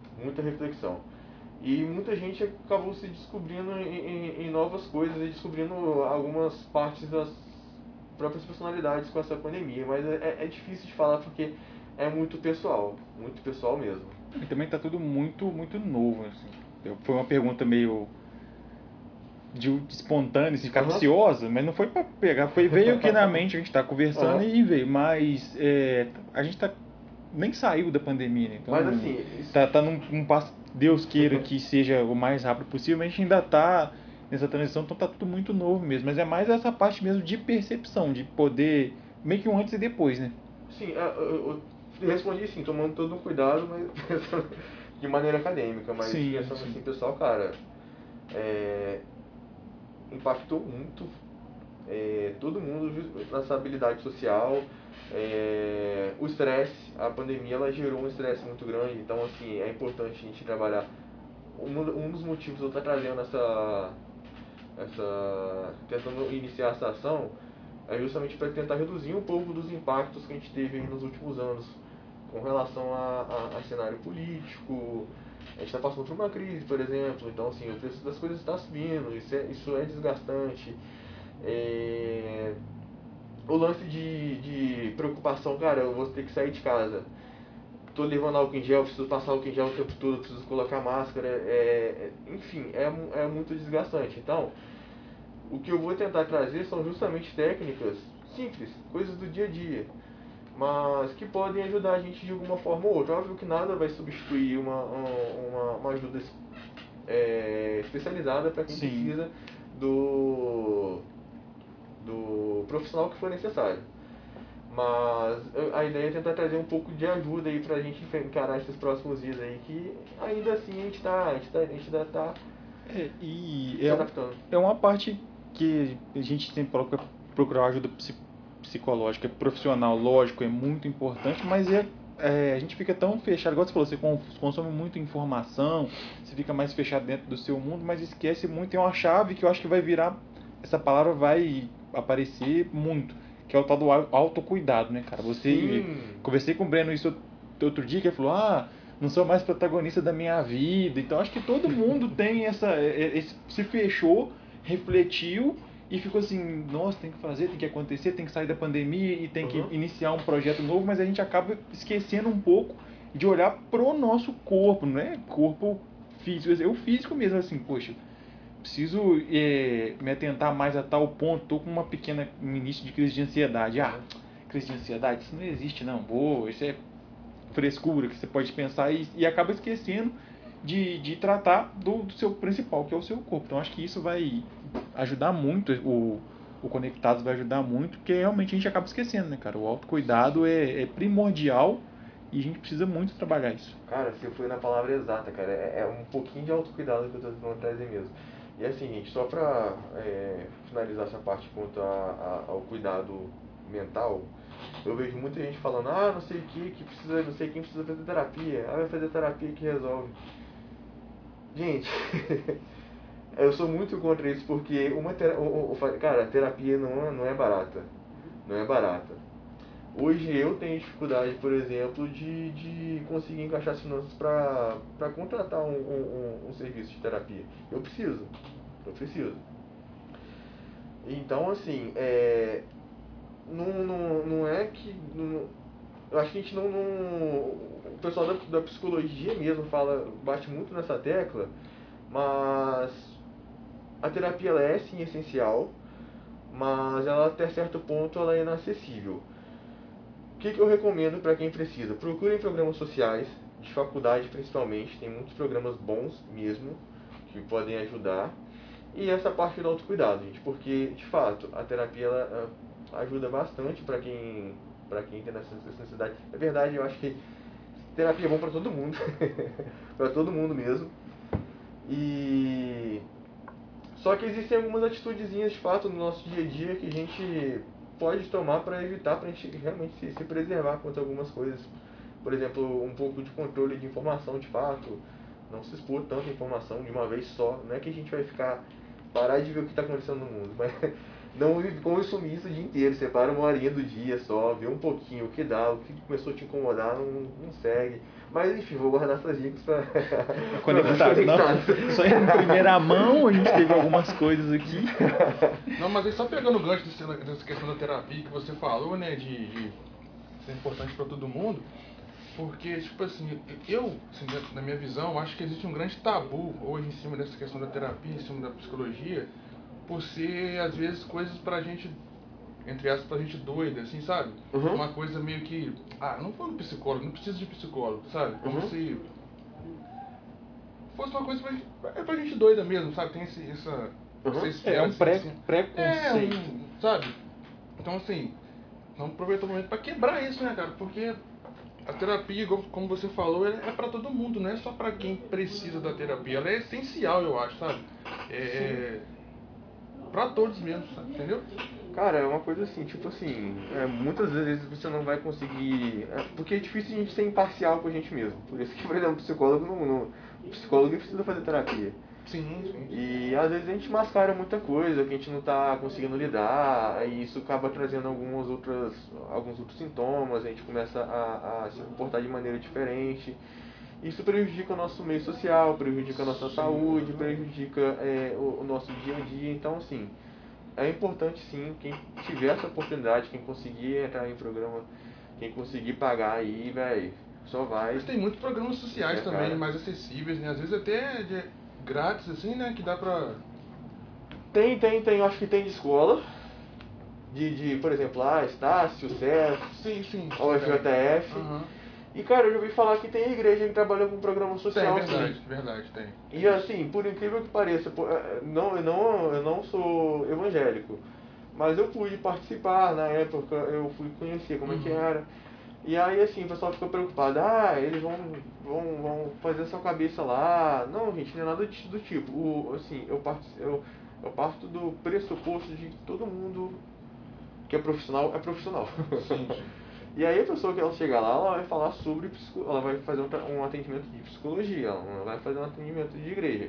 E muita gente acabou se descobrindo em novas coisas e descobrindo algumas partes das próprias personalidades com essa pandemia. Mas é difícil de falar porque é muito pessoal mesmo. E também tá tudo muito, muito novo, assim. Foi uma pergunta meio espontânea, assim, capciosa, mas não foi pra pegar, veio aqui na mente, a gente tá conversando e veio, mas a gente nem saiu da pandemia, né? Então, mas assim, tá num passo, Deus queira que seja o mais rápido possível, mas a gente ainda tá nessa transição, então tá tudo muito novo mesmo, mas é mais essa parte mesmo de percepção, de poder, meio que um antes e depois, né? Sim, eu respondi sim, tomando todo um cuidado, mas pensando de maneira acadêmica, mas pensando assim, pessoal, cara, impactou muito todo mundo nessa habilidade social, o estresse, a pandemia ela gerou um estresse muito grande, então assim, é importante a gente trabalhar. Um dos motivos eu estar trazendo tentando iniciar essa ação é justamente para tentar reduzir um pouco dos impactos que a gente teve nos últimos anos com relação a cenário político. A gente está passando por uma crise, por exemplo, então assim, o preço das coisas está subindo, isso é desgastante. O lance de preocupação, cara, eu vou ter que sair de casa, tô levando álcool em gel, preciso passar álcool em gel o tempo todo, preciso colocar máscara, enfim, é muito desgastante. Então, o que eu vou tentar trazer são justamente técnicas simples, coisas do dia a dia, mas que podem ajudar a gente de alguma forma ou outra. Óbvio que nada vai substituir uma ajuda especializada para quem precisa do profissional que for necessário. Mas a ideia é tentar trazer um pouco de ajuda aí pra gente encarar esses próximos dias aí, que ainda assim a gente ainda tá se adaptando. É uma parte que a gente sempre procurar ajuda psicológica, profissional, lógico, é muito importante, mas a gente fica tão fechado, igual você falou, você consome muita informação, você fica mais fechado dentro do seu mundo, mas esquece muito, tem uma chave que eu acho que vai virar, essa palavra vai aparecer muito, que é o tal do autocuidado, né, cara? Conversei com o Breno isso outro dia, que ele falou, não sou mais protagonista da minha vida. Então acho que todo mundo tem se fechou, refletiu e ficou assim, nossa, tem que fazer, tem que acontecer, tem que sair da pandemia e tem que iniciar um projeto novo, mas a gente acaba esquecendo um pouco de olhar pro nosso corpo, não é corpo físico, eu físico mesmo, assim, poxa, preciso me atentar mais a tal ponto, tô com um início de crise de ansiedade. Crise de ansiedade, isso não existe não, isso é frescura que você pode pensar e acaba esquecendo de tratar do seu principal, que é o seu corpo. Então acho que isso vai ajudar muito o Conectados vai ajudar muito, porque realmente a gente acaba esquecendo, né, cara? O autocuidado é primordial e a gente precisa muito trabalhar isso. Cara, você foi na palavra exata, cara. É um pouquinho de autocuidado que eu tô tentando trazer mesmo. E assim, gente, só pra finalizar essa parte quanto ao cuidado mental, eu vejo muita gente falando, não sei o que precisa, não sei quem precisa fazer terapia, vai fazer terapia que resolve. Gente, eu sou muito contra isso porque cara, a terapia não é barata. Não é barata. Hoje eu tenho dificuldade, por exemplo, de conseguir encaixar as finanças para contratar um serviço de terapia. Eu preciso. Então, assim, não é que... eu acho que a gente não... O pessoal da psicologia mesmo bate muito nessa tecla, mas a terapia ela é sim essencial, mas ela até certo ponto ela é inacessível. O que eu recomendo para quem precisa? Procurem programas sociais, de faculdade principalmente, tem muitos programas bons mesmo, que podem ajudar. E essa parte do autocuidado, gente, porque de fato a terapia ela ajuda bastante para quem tem essa necessidade. É verdade, eu acho que terapia é bom para todo mundo, para todo mundo mesmo. E só que existem algumas atitudezinhas de fato no nosso dia a dia que a gente pode tomar para evitar, para a gente realmente se preservar contra algumas coisas. Por exemplo, um pouco de controle de informação de fato, não se expor tanta informação de uma vez só. Não é que a gente vai parar de ver o que está acontecendo no mundo, mas não consumir isso o dia inteiro. Separa uma horinha do dia só, vê um pouquinho o que dá, o que começou a te incomodar, não segue. Mas enfim, vou guardar essas dicas para Conectado. Não, só em primeira mão a gente teve algumas coisas aqui. Não, mas aí só pegando o gancho dessa questão da terapia que você falou, né, de ser importante para todo mundo, porque, tipo assim, assim, na minha visão, acho que existe um grande tabu hoje em cima dessa questão da terapia, em cima da psicologia, por ser, às vezes, coisas pra gente, entre aspas, pra gente doida, assim, sabe? Uhum. Uma coisa meio que, não vou no psicólogo, não preciso de psicólogo, sabe? Como se fosse uma coisa pra gente doida mesmo, sabe? Tem essa É um assim, preconceito. sabe? Então, assim, vamos aproveitar o momento pra quebrar isso, né, cara? Porque a terapia, como você falou, é pra todo mundo, não é só pra quem precisa da terapia. Ela é essencial, eu acho, sabe? Pra todos mesmo, sabe? Entendeu? Cara, é uma coisa assim, tipo assim, muitas vezes você não vai conseguir. Porque é difícil a gente ser imparcial com a gente mesmo. Por isso que, por exemplo, o psicólogo o psicólogo não precisa fazer terapia. Sim. E às vezes a gente mascara muita coisa que a gente não tá conseguindo lidar, e isso acaba trazendo alguns outros sintomas, a gente começa a se comportar de maneira diferente. Isso prejudica o nosso meio social, prejudica a nossa saúde, prejudica o nosso dia a dia. Então, assim, é importante sim, quem tiver essa oportunidade, quem conseguir entrar em programa, quem conseguir pagar aí, velho, só vai. Mas tem muitos programas sociais também, cara. mais acessíveis, né? Às vezes até grátis, assim, né? Que dá pra... Tem, acho que tem de escola. Por exemplo, Estácio, SES, Sim. UFJF. Uhum. E, cara, eu já ouvi falar que tem igreja que trabalha com programa social. Verdade, tem. E assim, por incrível que pareça, eu não sou evangélico, mas eu pude participar na época, eu fui conhecer como é que era. E aí, assim, o pessoal ficou preocupado, eles vão fazer a sua cabeça lá. Não, gente, não é nada do tipo. Assim, eu parto do pressuposto de que todo mundo que é profissional é profissional. Sim. E aí a pessoa que ela chegar lá, ela vai falar sobre ela vai fazer um atendimento de psicologia, ela não vai fazer um atendimento de igreja.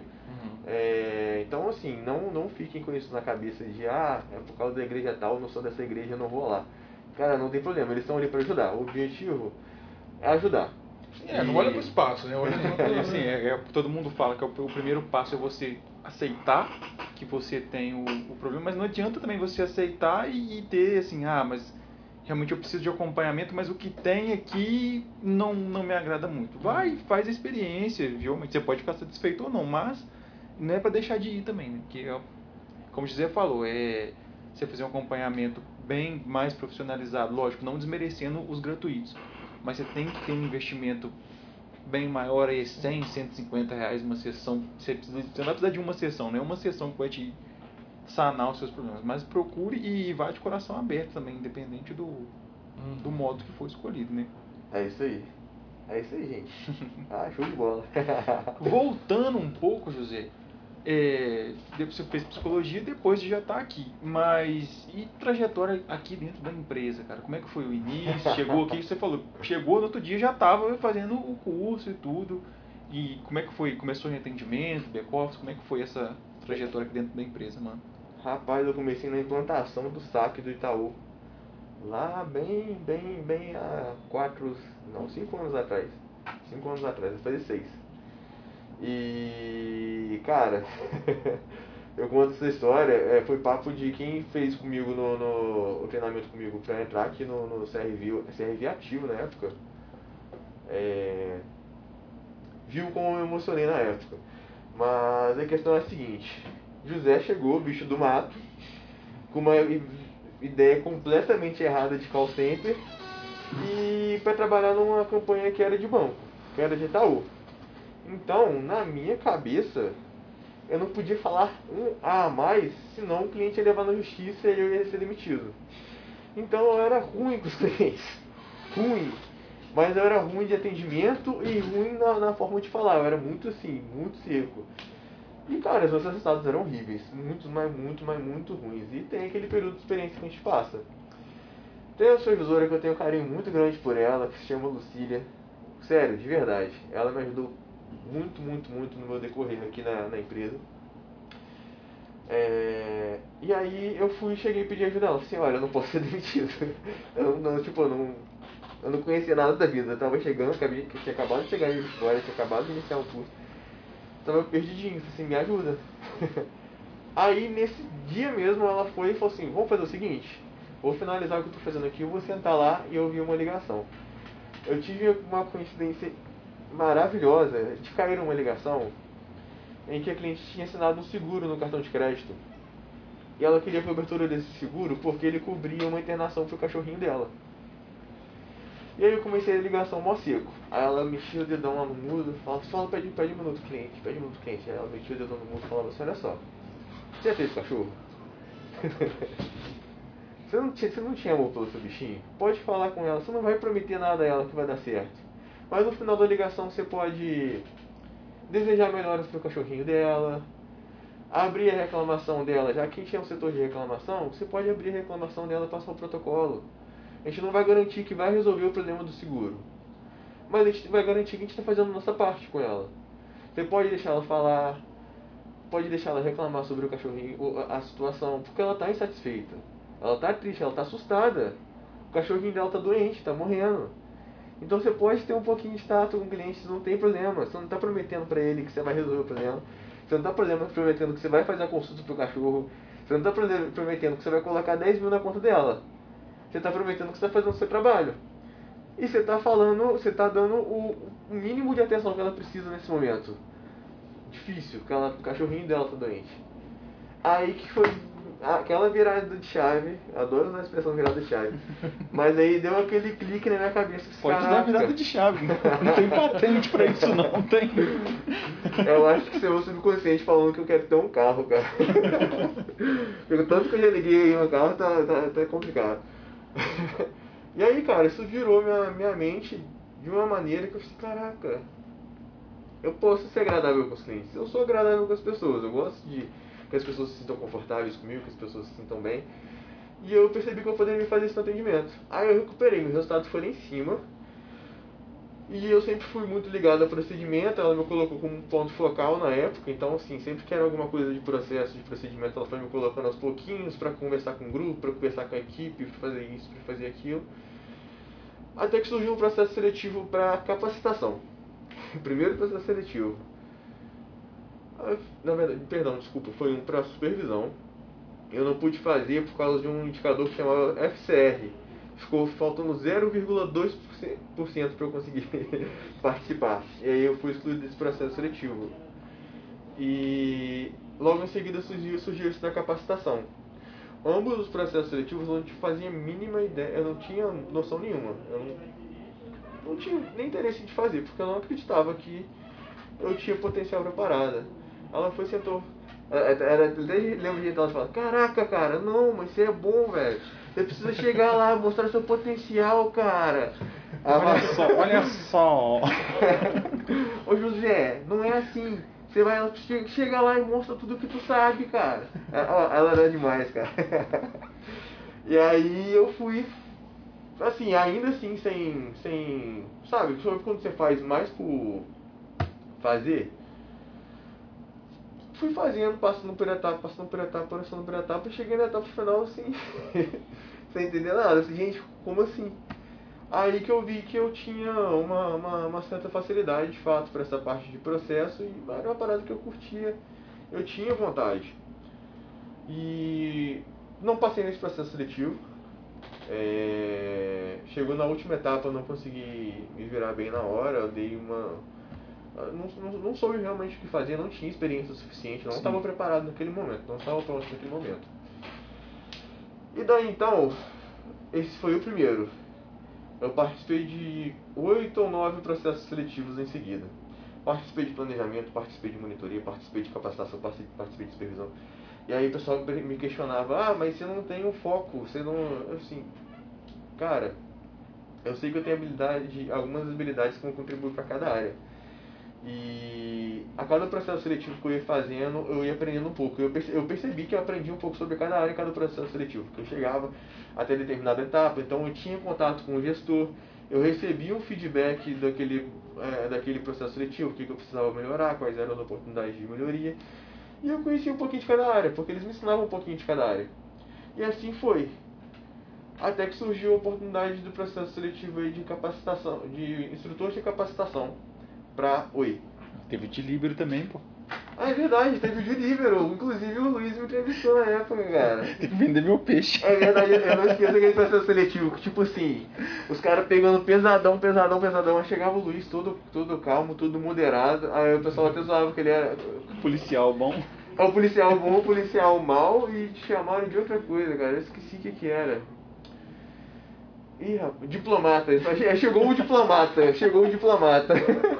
Então assim, não fiquem com isso na cabeça de é por causa da igreja tal, eu não sou dessa igreja, eu não vou lá. Cara, não tem problema, eles estão ali para ajudar. O objetivo é ajudar. Não olha pro espaço, né? Olha assim, todo mundo fala que o primeiro passo é você aceitar que você tem o problema, mas não adianta também você aceitar e ter assim, mas realmente eu preciso de acompanhamento, mas o que tem aqui não me agrada muito. Vai, faz a experiência, viu? Você pode ficar satisfeito ou não, mas não é para deixar de ir também, né? Porque, como o José falou, você fazer um acompanhamento bem mais profissionalizado, lógico, não desmerecendo os gratuitos, mas você tem que ter um investimento bem maior, aí 100, 150 reais uma sessão. Você não vai precisar de uma sessão, não é uma sessão que vai te sanar os seus problemas. Mas procure e vá de coração aberto também, independente do modo que for escolhido, né? É isso aí. É isso aí, gente. Ah, show de bola. Voltando um pouco, José, depois você fez psicologia, depois você já está aqui. Mas e trajetória aqui dentro da empresa, cara? Como é que foi o início? Chegou aqui, você falou, chegou no outro dia já estava fazendo o curso e tudo. E como é que foi? Começou em atendimento, back-office? Como é que foi essa trajetória aqui dentro da empresa, mano? Rapaz, eu comecei na implantação do saque do Itaú. Lá bem há 5 anos atrás. 5 anos atrás, vai fazer 6. E, cara, eu conto essa história, foi papo de quem fez comigo o treinamento comigo pra entrar aqui no CRV ativo na época. Viu como eu me emocionei na época. Mas a questão é a seguinte: José chegou, bicho do mato, com uma ideia completamente errada de call center e para trabalhar numa campanha que era de banco, que era de Itaú. Então, na minha cabeça, eu não podia falar um A a mais, senão o cliente ia levar na justiça e eu ia ser demitido. Então eu era ruim com os clientes. Ruim. Mas eu era ruim de atendimento e ruim na forma de falar. Eu era muito assim, muito seco. E cara, os meus resultados eram horríveis. Muito ruins. E tem aquele período de experiência que a gente passa. Tem a supervisora que eu tenho um carinho muito grande por ela, que se chama Lucília. Sério, de verdade. Ela me ajudou muito no meu decorrer aqui na empresa. E aí eu cheguei e pedi ajuda dela. Falei assim, olha, eu não posso ser demitido. Eu não conhecia nada da vida. Eu tava chegando, tinha acabado de chegar em Vitória, tinha acabado de iniciar o curso. Tava perdidinho, falei assim, me ajuda. Aí nesse dia mesmo ela foi e falou assim, vamos fazer o seguinte, vou finalizar o que eu tô fazendo aqui, eu vou sentar lá e ouvir uma ligação. Eu tive uma coincidência maravilhosa de cair numa ligação em que a cliente tinha assinado um seguro no cartão de crédito. E ela queria a cobertura desse seguro porque ele cobria uma internação pro cachorrinho dela. E aí eu comecei a ligação mó seco. Aí ela mexia o dedão lá no mudo, falava, pede um minuto, cliente. Aí ela mexia o dedão no mudo e falava assim, olha só, você já teve cachorro? Você não tinha amor pelo seu bichinho? Pode falar com ela, você não vai prometer nada a ela que vai dar certo. Mas no final da ligação você pode desejar melhoras pro cachorrinho dela, abrir a reclamação dela, já que a gente é um setor de reclamação, você pode abrir a reclamação dela e passar o protocolo. A gente não vai garantir que vai resolver o problema do seguro, mas a gente vai garantir que a gente está fazendo a nossa parte com ela. Você pode deixar ela falar, pode deixar ela reclamar sobre o cachorrinho, a situação, porque ela está insatisfeita, ela está triste, ela está assustada. O cachorrinho dela está doente, está morrendo. Então você pode ter um pouquinho de tato com o cliente, não tem problema. Você não está prometendo para ele que você vai resolver o problema. Você não está prometendo que você vai fazer a consulta pro cachorro. Você não está prometendo que você vai colocar 10 mil na conta dela. Você está prometendo que você está fazendo o seu trabalho. E você está você está dando o mínimo de atenção que ela precisa nesse momento. Difícil, porque o cachorrinho dela está doente. Aí que foi aquela virada de chave, adoro usar a expressão virada de chave, mas aí deu aquele clique na minha cabeça. Pode dar virada de chave, não tem patente pra isso não, tem. Eu acho que seu subconsciente falando que eu quero ter um carro, cara. Porque tanto que eu já liguei no carro, tá complicado. E aí, cara, isso virou minha mente de uma maneira que eu falei, caraca, eu posso ser agradável com os clientes, eu sou agradável com as pessoas, eu gosto de que as pessoas se sintam confortáveis comigo, que as pessoas se sintam bem. E eu percebi que eu poderia fazer isso no atendimento. Aí eu recuperei, meus resultados foram em cima. E eu sempre fui muito ligado ao procedimento, ela me colocou como ponto focal na época. Então, assim, sempre que era alguma coisa de processo, de procedimento, ela foi me colocando aos pouquinhos para conversar com o grupo, para conversar com a equipe, para fazer isso, para fazer aquilo. Até que surgiu um processo seletivo para capacitação. Primeiro processo seletivo. Na verdade, perdão, desculpa, foi um para supervisão. Eu não pude fazer por causa de um indicador que chamava FCR. Ficou faltando 0,2% para eu conseguir participar. E aí eu fui excluído desse processo seletivo. E logo em seguida surgiu isso da capacitação. Ambos os processos seletivos eu não fazia a mínima ideia, eu não tinha noção nenhuma. Eu não tinha nem interesse de fazer, porque eu não acreditava que eu tinha potencial para a parada. Ela foi, sentou Era até lembro de ela falar, caraca, cara, não, mas você é bom, velho. Você precisa chegar lá, mostrar seu potencial, cara. Olha só. Ô José, não é assim. Você vai chega lá e mostra tudo que tu sabe, cara. Ela era demais, cara. E aí eu fui, assim, ainda assim, sabe, quando você faz mais por fazer? Fui fazendo, passando por etapa, passando por etapa, e cheguei na etapa final assim, sem entender nada. Assim, gente, como assim? Aí que eu vi que eu tinha uma certa facilidade, de fato, para essa parte de processo, e era uma parada que eu curtia, eu tinha vontade. E não passei nesse processo seletivo. Chegou na última etapa, eu não consegui me virar bem na hora, eu dei uma... Não soube realmente o que fazer, não tinha experiência o suficiente, não estava preparado naquele momento, não estava pronto naquele momento. E daí então, esse foi o primeiro. Eu participei de 8 ou 9 processos seletivos em seguida. Participei de planejamento, participei de monitoria, participei de capacitação, participei de supervisão. E aí o pessoal me questionava, mas você não tem um foco, você não... Assim, cara, eu sei que eu tenho algumas habilidades que vão contribuir para cada área. E a cada processo seletivo que eu ia fazendo, eu ia aprendendo um pouco. Eu percebi que eu aprendi um pouco sobre cada área em cada processo seletivo. Porque eu chegava até determinada etapa, então eu tinha contato com o gestor, eu recebia um feedback daquele processo seletivo, o que eu precisava melhorar, quais eram as oportunidades de melhoria. E eu conhecia um pouquinho de cada área, porque eles me ensinavam um pouquinho de cada área. E assim foi. Até que surgiu a oportunidade do processo seletivo aí de capacitação, de instrutor de capacitação para Oi. Teve o de Libero também, pô. Ah, é verdade, teve o de Libero. Inclusive o Luiz me entrevistou na época, cara. Tem que vender meu peixe. É verdade, eu não esqueço aquele processo seletivo, que tipo assim, os caras pegando pesadão, aí chegava o Luiz todo calmo, todo moderado, aí o pessoal até zoava que ele era Policial bom. o policial bom, o policial mal, e te chamaram de outra coisa, cara, eu esqueci o que era. Ih, rapaz, diplomata, chegou o diplomata.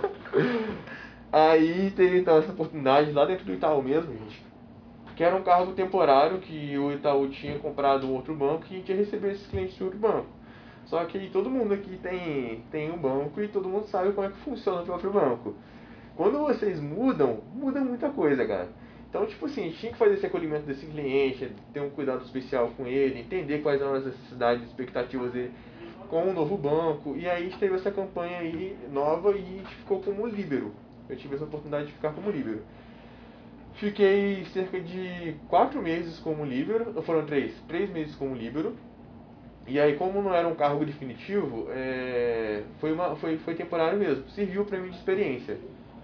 Aí teve então essa oportunidade lá dentro do Itaú mesmo, gente, que era um cargo temporário que o Itaú tinha comprado um outro banco e a gente ia receber esses clientes de outro banco. Só que todo mundo aqui tem um banco e todo mundo sabe como é que funciona o próprio banco. Quando vocês mudam, muda muita coisa, cara. Então, tipo assim, a gente tinha que fazer esse acolhimento desse cliente, ter um cuidado especial com ele, entender quais eram as necessidades e expectativas dele com o novo banco. E aí a gente teve essa campanha aí nova e a gente ficou como líbero. Eu tive essa oportunidade de ficar como líbero. Fiquei cerca de 4 meses como líbero, não foram 3 meses como líbero. E aí, como não era um cargo definitivo, foi temporário mesmo. Serviu para mim de experiência.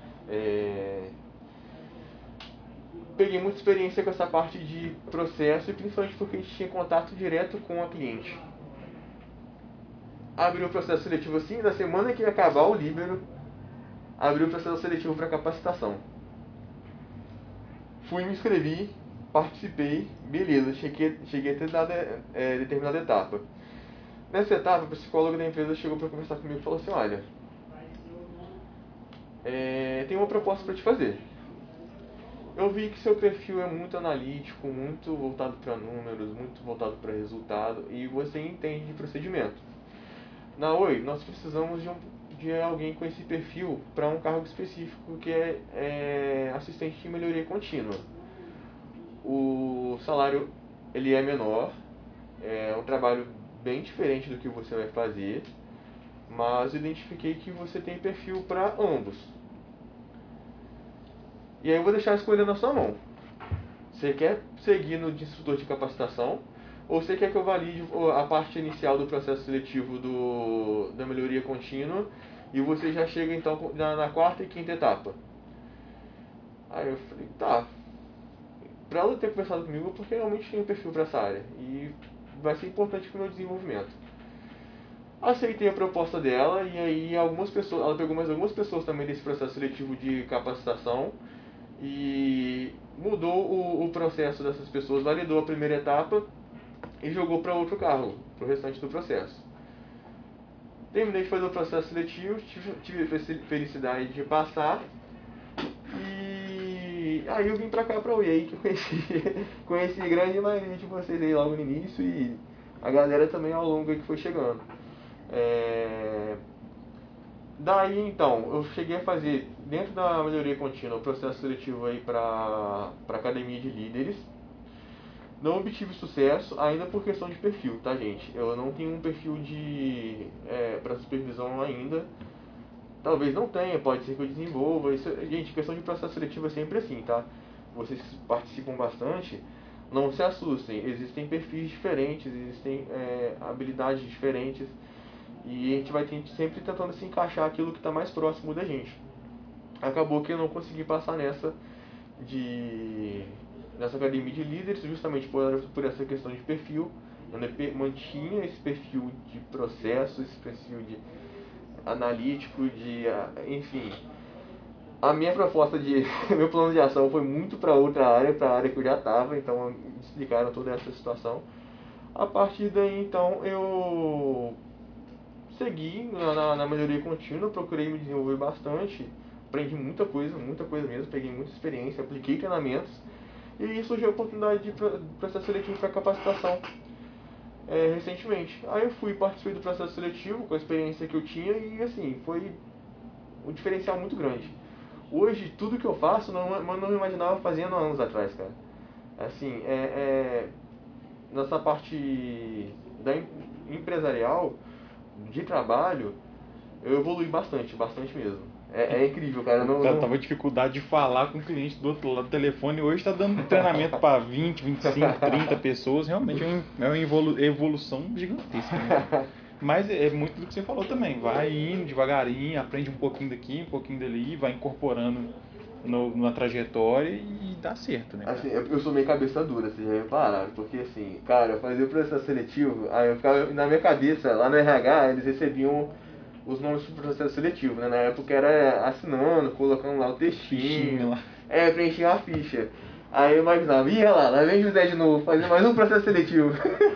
Peguei muita experiência com essa parte de processo e principalmente porque a gente tinha contato direto com a cliente. Abri o processo seletivo assim, na semana que ia acabar o líbero, abri o processo seletivo para capacitação. Fui, me inscrevi, participei, beleza, cheguei até determinada etapa. Nessa etapa, o psicólogo da empresa chegou para conversar comigo e falou assim, olha, tem uma proposta para te fazer. Eu vi que seu perfil é muito analítico, muito voltado para números, muito voltado para resultado e você entende de procedimento. Na Oi, nós precisamos de alguém com esse perfil para um cargo específico que é assistente de melhoria contínua. O salário ele é menor, é um trabalho bem diferente do que você vai fazer, mas eu identifiquei que você tem perfil para ambos. E aí eu vou deixar a escolha na sua mão. Você quer seguir no instrutor de capacitação ou você quer que eu valide a parte inicial do processo seletivo da melhoria contínua e você já chega então na quarta e quinta etapa? Aí eu falei, tá. Pra ela ter conversado comigo porque eu realmente tenho perfil para essa área e vai ser importante para o meu desenvolvimento. Aceitei a proposta dela e aí ela pegou mais algumas pessoas também desse processo seletivo de capacitação e mudou o processo dessas pessoas, validou a primeira etapa e jogou para outro cargo, para o restante do processo. Terminei de fazer o processo seletivo, tive a felicidade de passar e E aí eu vim pra cá, pra Oi, aí que eu conheci a grande maioria de vocês aí logo no início e a galera também ao longo aí que foi chegando. Daí então, eu cheguei a fazer, dentro da melhoria contínua, o processo seletivo aí para academia de líderes. Não obtive sucesso, ainda por questão de perfil, tá, gente? Eu não tenho um perfil para supervisão ainda. Talvez não tenha, pode ser que eu desenvolva. Isso, gente, questão de processo seletivo é sempre assim, tá? Vocês participam bastante, não se assustem. Existem perfis diferentes, existem habilidades diferentes. E a gente vai sempre tentando se encaixar aquilo que está mais próximo da gente. Acabou que eu não consegui passar nessa academia de líderes, justamente por essa questão de perfil. Eu mantinha esse perfil de processo, esse perfil de analítico, enfim. A minha proposta meu plano de ação foi muito para outra área, para a área que eu já estava, então me explicaram toda essa situação. A partir daí, então, eu segui na melhoria contínua, procurei me desenvolver bastante, aprendi muita coisa mesmo, peguei muita experiência, apliquei treinamentos e surgiu a oportunidade de processo seletivo para capacitação recentemente. Aí eu participei do processo seletivo com a experiência que eu tinha e assim, foi um diferencial muito grande. Hoje, tudo que eu faço, não imaginava fazendo há anos atrás, cara. Assim, nessa parte empresarial, de trabalho, eu evolui bastante mesmo. É incrível, cara. O cara tava com dificuldade de falar com o cliente do outro lado do telefone e hoje está dando treinamento para 20, 25, 30 pessoas. Realmente é uma evolução gigantesca, né? Mas é muito do que você falou também. Vai indo devagarinho, aprende um pouquinho daqui, um pouquinho dali, vai incorporando na trajetória e dá certo, né? Cara? Assim, eu sou meio cabeça dura, vocês já repararam, porque assim, cara, eu fazia o processo seletivo, aí eu ficava na minha cabeça, lá no RH, eles recebiam os nomes do processo seletivo, né? Na época era assinando, colocando lá o textinho, preenchia a ficha. Aí eu imaginava, lá vem José de novo, fazer mais um processo seletivo.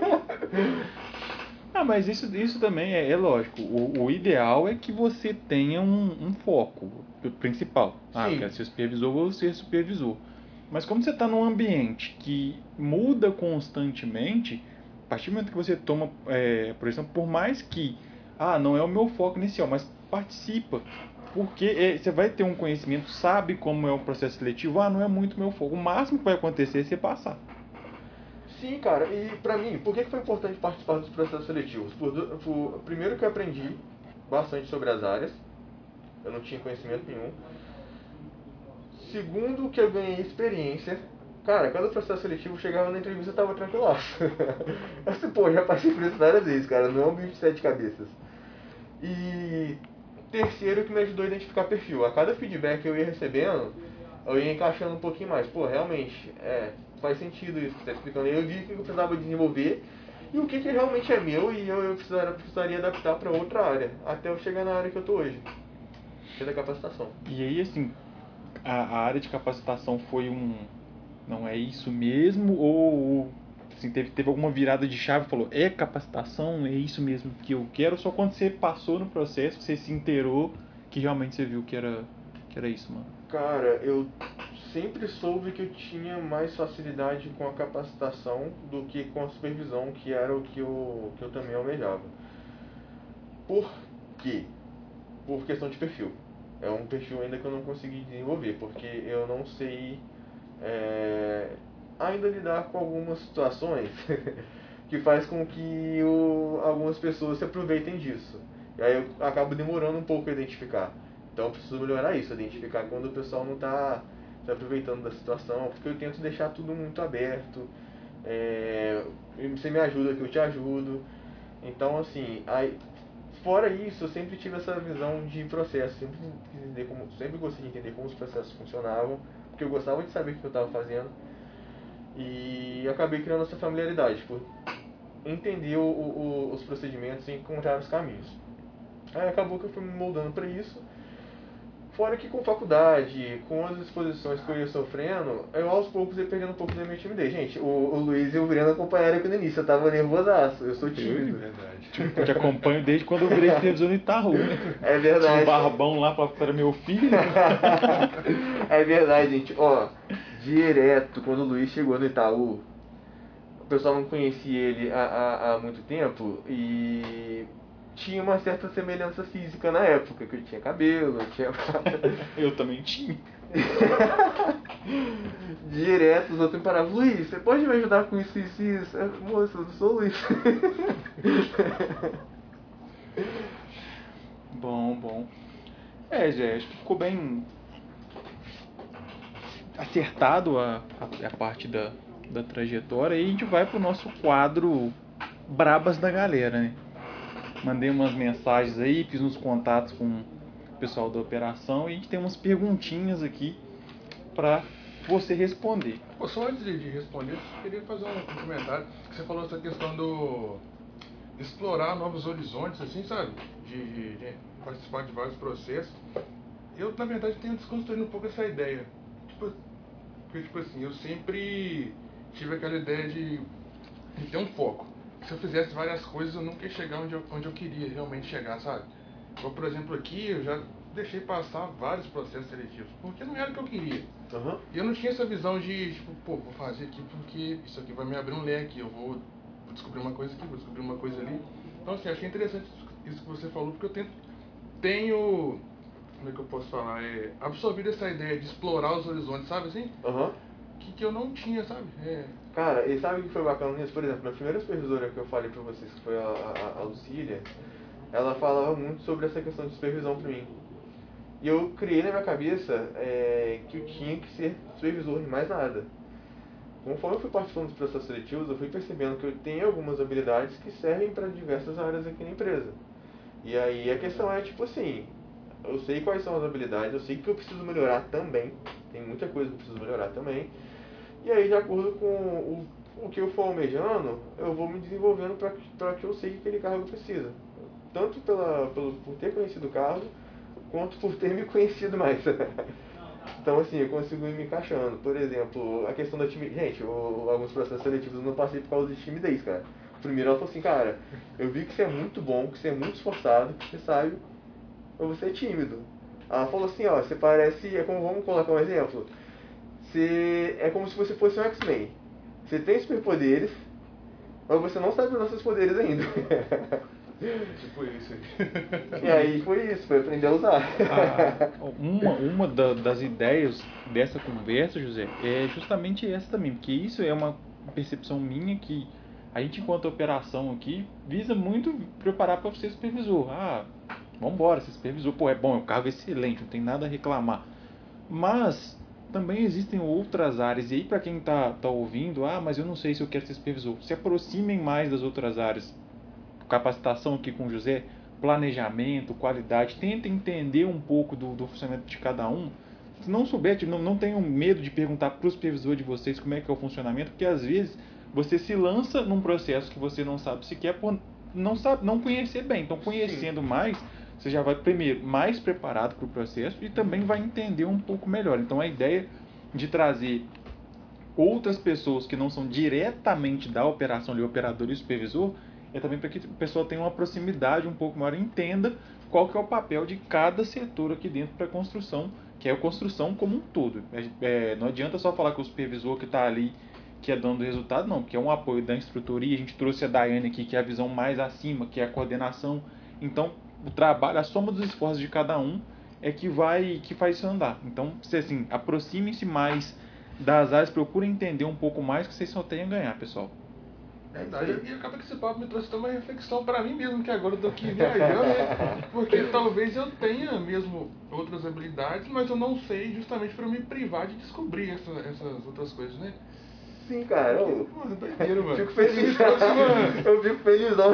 Mas isso também é lógico. O ideal é que você tenha um foco principal. Quer ser supervisor, vou ser supervisor. Mas como você está num ambiente que muda constantemente, a partir do momento que você toma, por exemplo, por mais que não é o meu foco inicial, mas participa. Porque você vai ter um conhecimento, sabe como é o processo seletivo, não é muito meu foco. O máximo que vai acontecer é você passar. Sim, cara, e pra mim, por que foi importante participar dos processos seletivos? Primeiro que eu aprendi bastante sobre as áreas, eu não tinha conhecimento nenhum. Segundo que eu ganhei experiência. Cara, cada processo seletivo chegava na entrevista eu tava tranquilaço. Assim, já passei por isso várias vezes, cara, não é um bicho de 7 cabeças. E terceiro que me ajudou a identificar perfil. A cada feedback que eu ia recebendo, eu ia encaixando um pouquinho mais. Realmente, faz sentido isso que você tá explicando. Eu vi o que eu precisava desenvolver e o que realmente é meu e eu precisaria adaptar para outra área, até eu chegar na área que eu tô hoje, que é da capacitação. E aí, assim, a área de capacitação foi não é isso mesmo? Ou assim, teve alguma virada de chave e falou, é capacitação, é isso mesmo que eu quero? Ou só quando você passou no processo, você se inteirou, que realmente você viu que era isso, mano? Cara, eu sempre soube que eu tinha mais facilidade com a capacitação do que com a supervisão, que era o que eu também almejava. Por quê? Por questão de perfil. É um perfil ainda que eu não consegui desenvolver, porque eu não sei ainda lidar com algumas situações que faz com que algumas pessoas se aproveitem disso. E aí eu acabo demorando um pouco a identificar. Então eu preciso melhorar isso, identificar quando o pessoal não está se aproveitando da situação, porque eu tento deixar tudo muito aberto. Você me ajuda que eu te ajudo. Então assim, fora isso, eu sempre tive essa visão de processo, sempre gostei de entender como os processos funcionavam, porque eu gostava de saber o que eu estava fazendo. E acabei criando essa familiaridade, por entender os procedimentos e encontrar os caminhos. Aí acabou que eu fui me moldando para isso. Fora que com faculdade, com as exposições que eu ia sofrendo, eu aos poucos ia perdendo um pouco da minha timidez. Gente, o Luiz e o Breno acompanharam aqui no início, eu tava nervosaço, eu sou tímido. Verdade. Eu te acompanho desde quando eu virei supervisor no Itaú, né? É Tinha verdade. um barbão lá para meu filho. É verdade, gente. Ó, direto, quando o Luiz chegou no Itaú, o pessoal não conhecia ele há muito tempo e tinha uma certa semelhança física na época, que ele tinha cabelo, tinha... Eu também tinha. Direto, os outros me paravam, Luiz, você pode me ajudar com isso, isso e isso? Moça, eu não sou o Luiz. Bom. Zé, acho que ficou bem acertado a parte da trajetória. E a gente vai pro nosso quadro Brabas da Galera, né? Mandei umas mensagens aí, fiz uns contatos com o pessoal da operação e a gente tem umas perguntinhas aqui para você responder. Pô, só antes de responder, eu queria fazer um comentário. Você falou essa questão do explorar novos horizontes, assim, sabe? De participar de vários processos. Eu, na verdade, tenho desconstruído um pouco essa ideia. Tipo assim, eu sempre tive aquela ideia de ter um foco. Se eu fizesse várias coisas, eu nunca ia chegar onde eu queria realmente chegar, sabe? Então, por exemplo, aqui eu já deixei passar vários processos seletivos, porque não era o que eu queria. Uhum. E eu não tinha essa visão de, tipo, pô, vou fazer aqui porque isso aqui vai me abrir um leque, eu vou descobrir uma coisa aqui, vou descobrir uma coisa ali. Então, assim, achei interessante isso que você falou, porque eu tenho, como é que eu posso falar, absorvido essa ideia de explorar os horizontes, sabe assim? Uhum. Que eu não tinha, sabe? Cara, e sabe o que foi bacana nisso? Por exemplo, minha primeira supervisora que eu falei pra vocês, que foi a Lucília, ela falava muito sobre essa questão de supervisão pra mim. E eu criei na minha cabeça que eu tinha que ser supervisor e mais nada. Conforme eu fui participando dos processos seletivos, eu fui percebendo que eu tenho algumas habilidades que servem para diversas áreas aqui na empresa. E aí a questão é, tipo assim, eu sei quais são as habilidades, eu sei que eu preciso melhorar também, tem muita coisa que eu preciso melhorar também. E aí, de acordo com o que eu for almejando, eu vou me desenvolvendo para que eu sei que aquele cargo precisa. Tanto por ter conhecido o cargo, quanto por ter me conhecido mais. Então, assim, eu consigo ir me encaixando. Por exemplo, a questão da timidez. Gente, alguns processos seletivos eu não passei por causa de timidez, cara. Primeiro ela falou assim, cara, eu vi que você é muito bom, que você é muito esforçado, que você sabe, mas você é tímido. Ela falou assim, ó, você parece, vamos colocar um exemplo. É como se você fosse um X-Men. Você tem superpoderes, mas você não sabe usar seus poderes ainda. Tipo isso aí. E aí foi isso, foi aprender a usar. Uma das ideias dessa conversa, José, é justamente essa também, porque isso é uma percepção minha que a gente, enquanto operação aqui, visa muito preparar para ser supervisor. Vamos embora, ser supervisor, pô, é bom, é um cargo excelente, não tem nada a reclamar. Mas também existem outras áreas, e aí para quem tá ouvindo, mas eu não sei se eu quero ser supervisor, se aproximem mais das outras áreas. Capacitação aqui com o José, planejamento, qualidade, tentem entender um pouco do funcionamento de cada um. Se não souber, não tenham medo de perguntar para o supervisor de vocês como é que é o funcionamento, porque às vezes você se lança num processo que você não sabe sequer por não conhecer bem. Então, conhecendo mais, você já vai, primeiro, mais preparado para o processo e também vai entender um pouco melhor. Então, a ideia de trazer outras pessoas que não são diretamente da operação de operador e supervisor é também para que a pessoa tenha uma proximidade um pouco maior e entenda qual que é o papel de cada setor aqui dentro para a construção, que é a construção como um todo. Não adianta só falar que o supervisor que está ali, que é dono do resultado, não, porque é um apoio da instrutoria. A gente trouxe a Daiane aqui, que é a visão mais acima, que é a coordenação. Então, o trabalho, a soma dos esforços de cada um é que faz isso andar. Então, assim, aproximem-se mais das áreas, procurem entender um pouco mais, que vocês só têm a ganhar, pessoal. E acaba que esse papo me trouxe até uma reflexão para mim mesmo, que agora eu tô aqui viajando, né? Porque talvez eu tenha mesmo outras habilidades, mas eu não sei, justamente para me privar de descobrir essas outras coisas, né? Sim, cara. Mano, doideira, mano. Fico feliz. Eu fico felizão.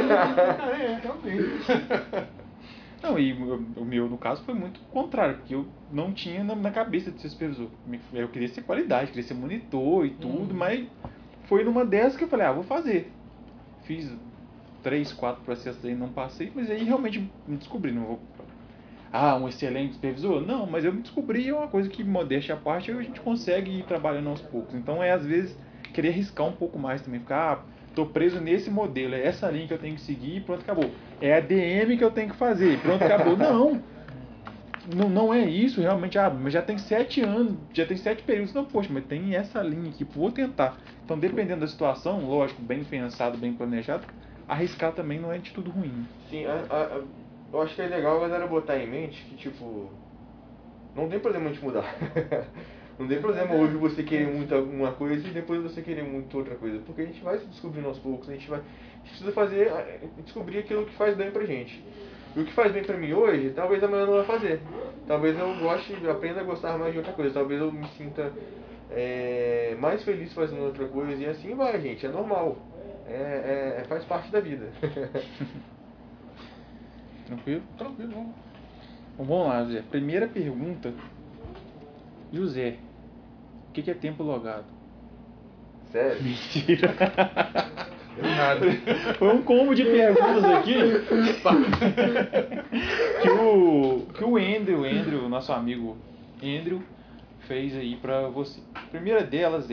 Realmente. Não, e o meu, no caso, foi muito contrário, porque eu não tinha na cabeça de ser supervisor. Eu queria ser qualidade, queria ser monitor e tudo, mas foi numa dessas que eu falei, vou fazer. Fiz 3, 4 processos aí, não passei, mas aí realmente me descobri, não vou... um excelente supervisor? Não, mas eu me descobri uma coisa que, modéstia à parte, a gente consegue ir trabalhando aos poucos. Então às vezes, querer arriscar um pouco mais também. Ficar, tô preso nesse modelo, é essa linha que eu tenho que seguir e pronto, acabou. É a DM que eu tenho que fazer, pronto, acabou. Não é isso realmente. Mas já tem 7 anos, já tem 7 períodos. Não, poxa, mas tem essa linha aqui, vou tentar. Então, dependendo da situação, lógico, bem pensado, bem planejado, arriscar também não é de tudo ruim. Sim, eu acho que é legal a galera botar em mente que, tipo, não tem problema de mudar. Não tem problema hoje você querer muito alguma coisa e depois você querer muito outra coisa. Porque a gente vai se descobrindo aos poucos, a gente precisa descobrir aquilo que faz bem pra gente. E o que faz bem pra mim hoje, talvez amanhã não vai fazer. Talvez eu aprenda a gostar mais de outra coisa. Talvez eu me sinta mais feliz fazendo outra coisa. E assim vai, gente, é normal. Faz parte da vida. Tranquilo? Tranquilo, vamos. Bom, vamos lá, José. Primeira pergunta. José, o que é tempo logado? Sério? Mentira. Nada. Foi um combo de perguntas aqui que o Andrew, nosso amigo Andrew, fez aí pra você. A primeira delas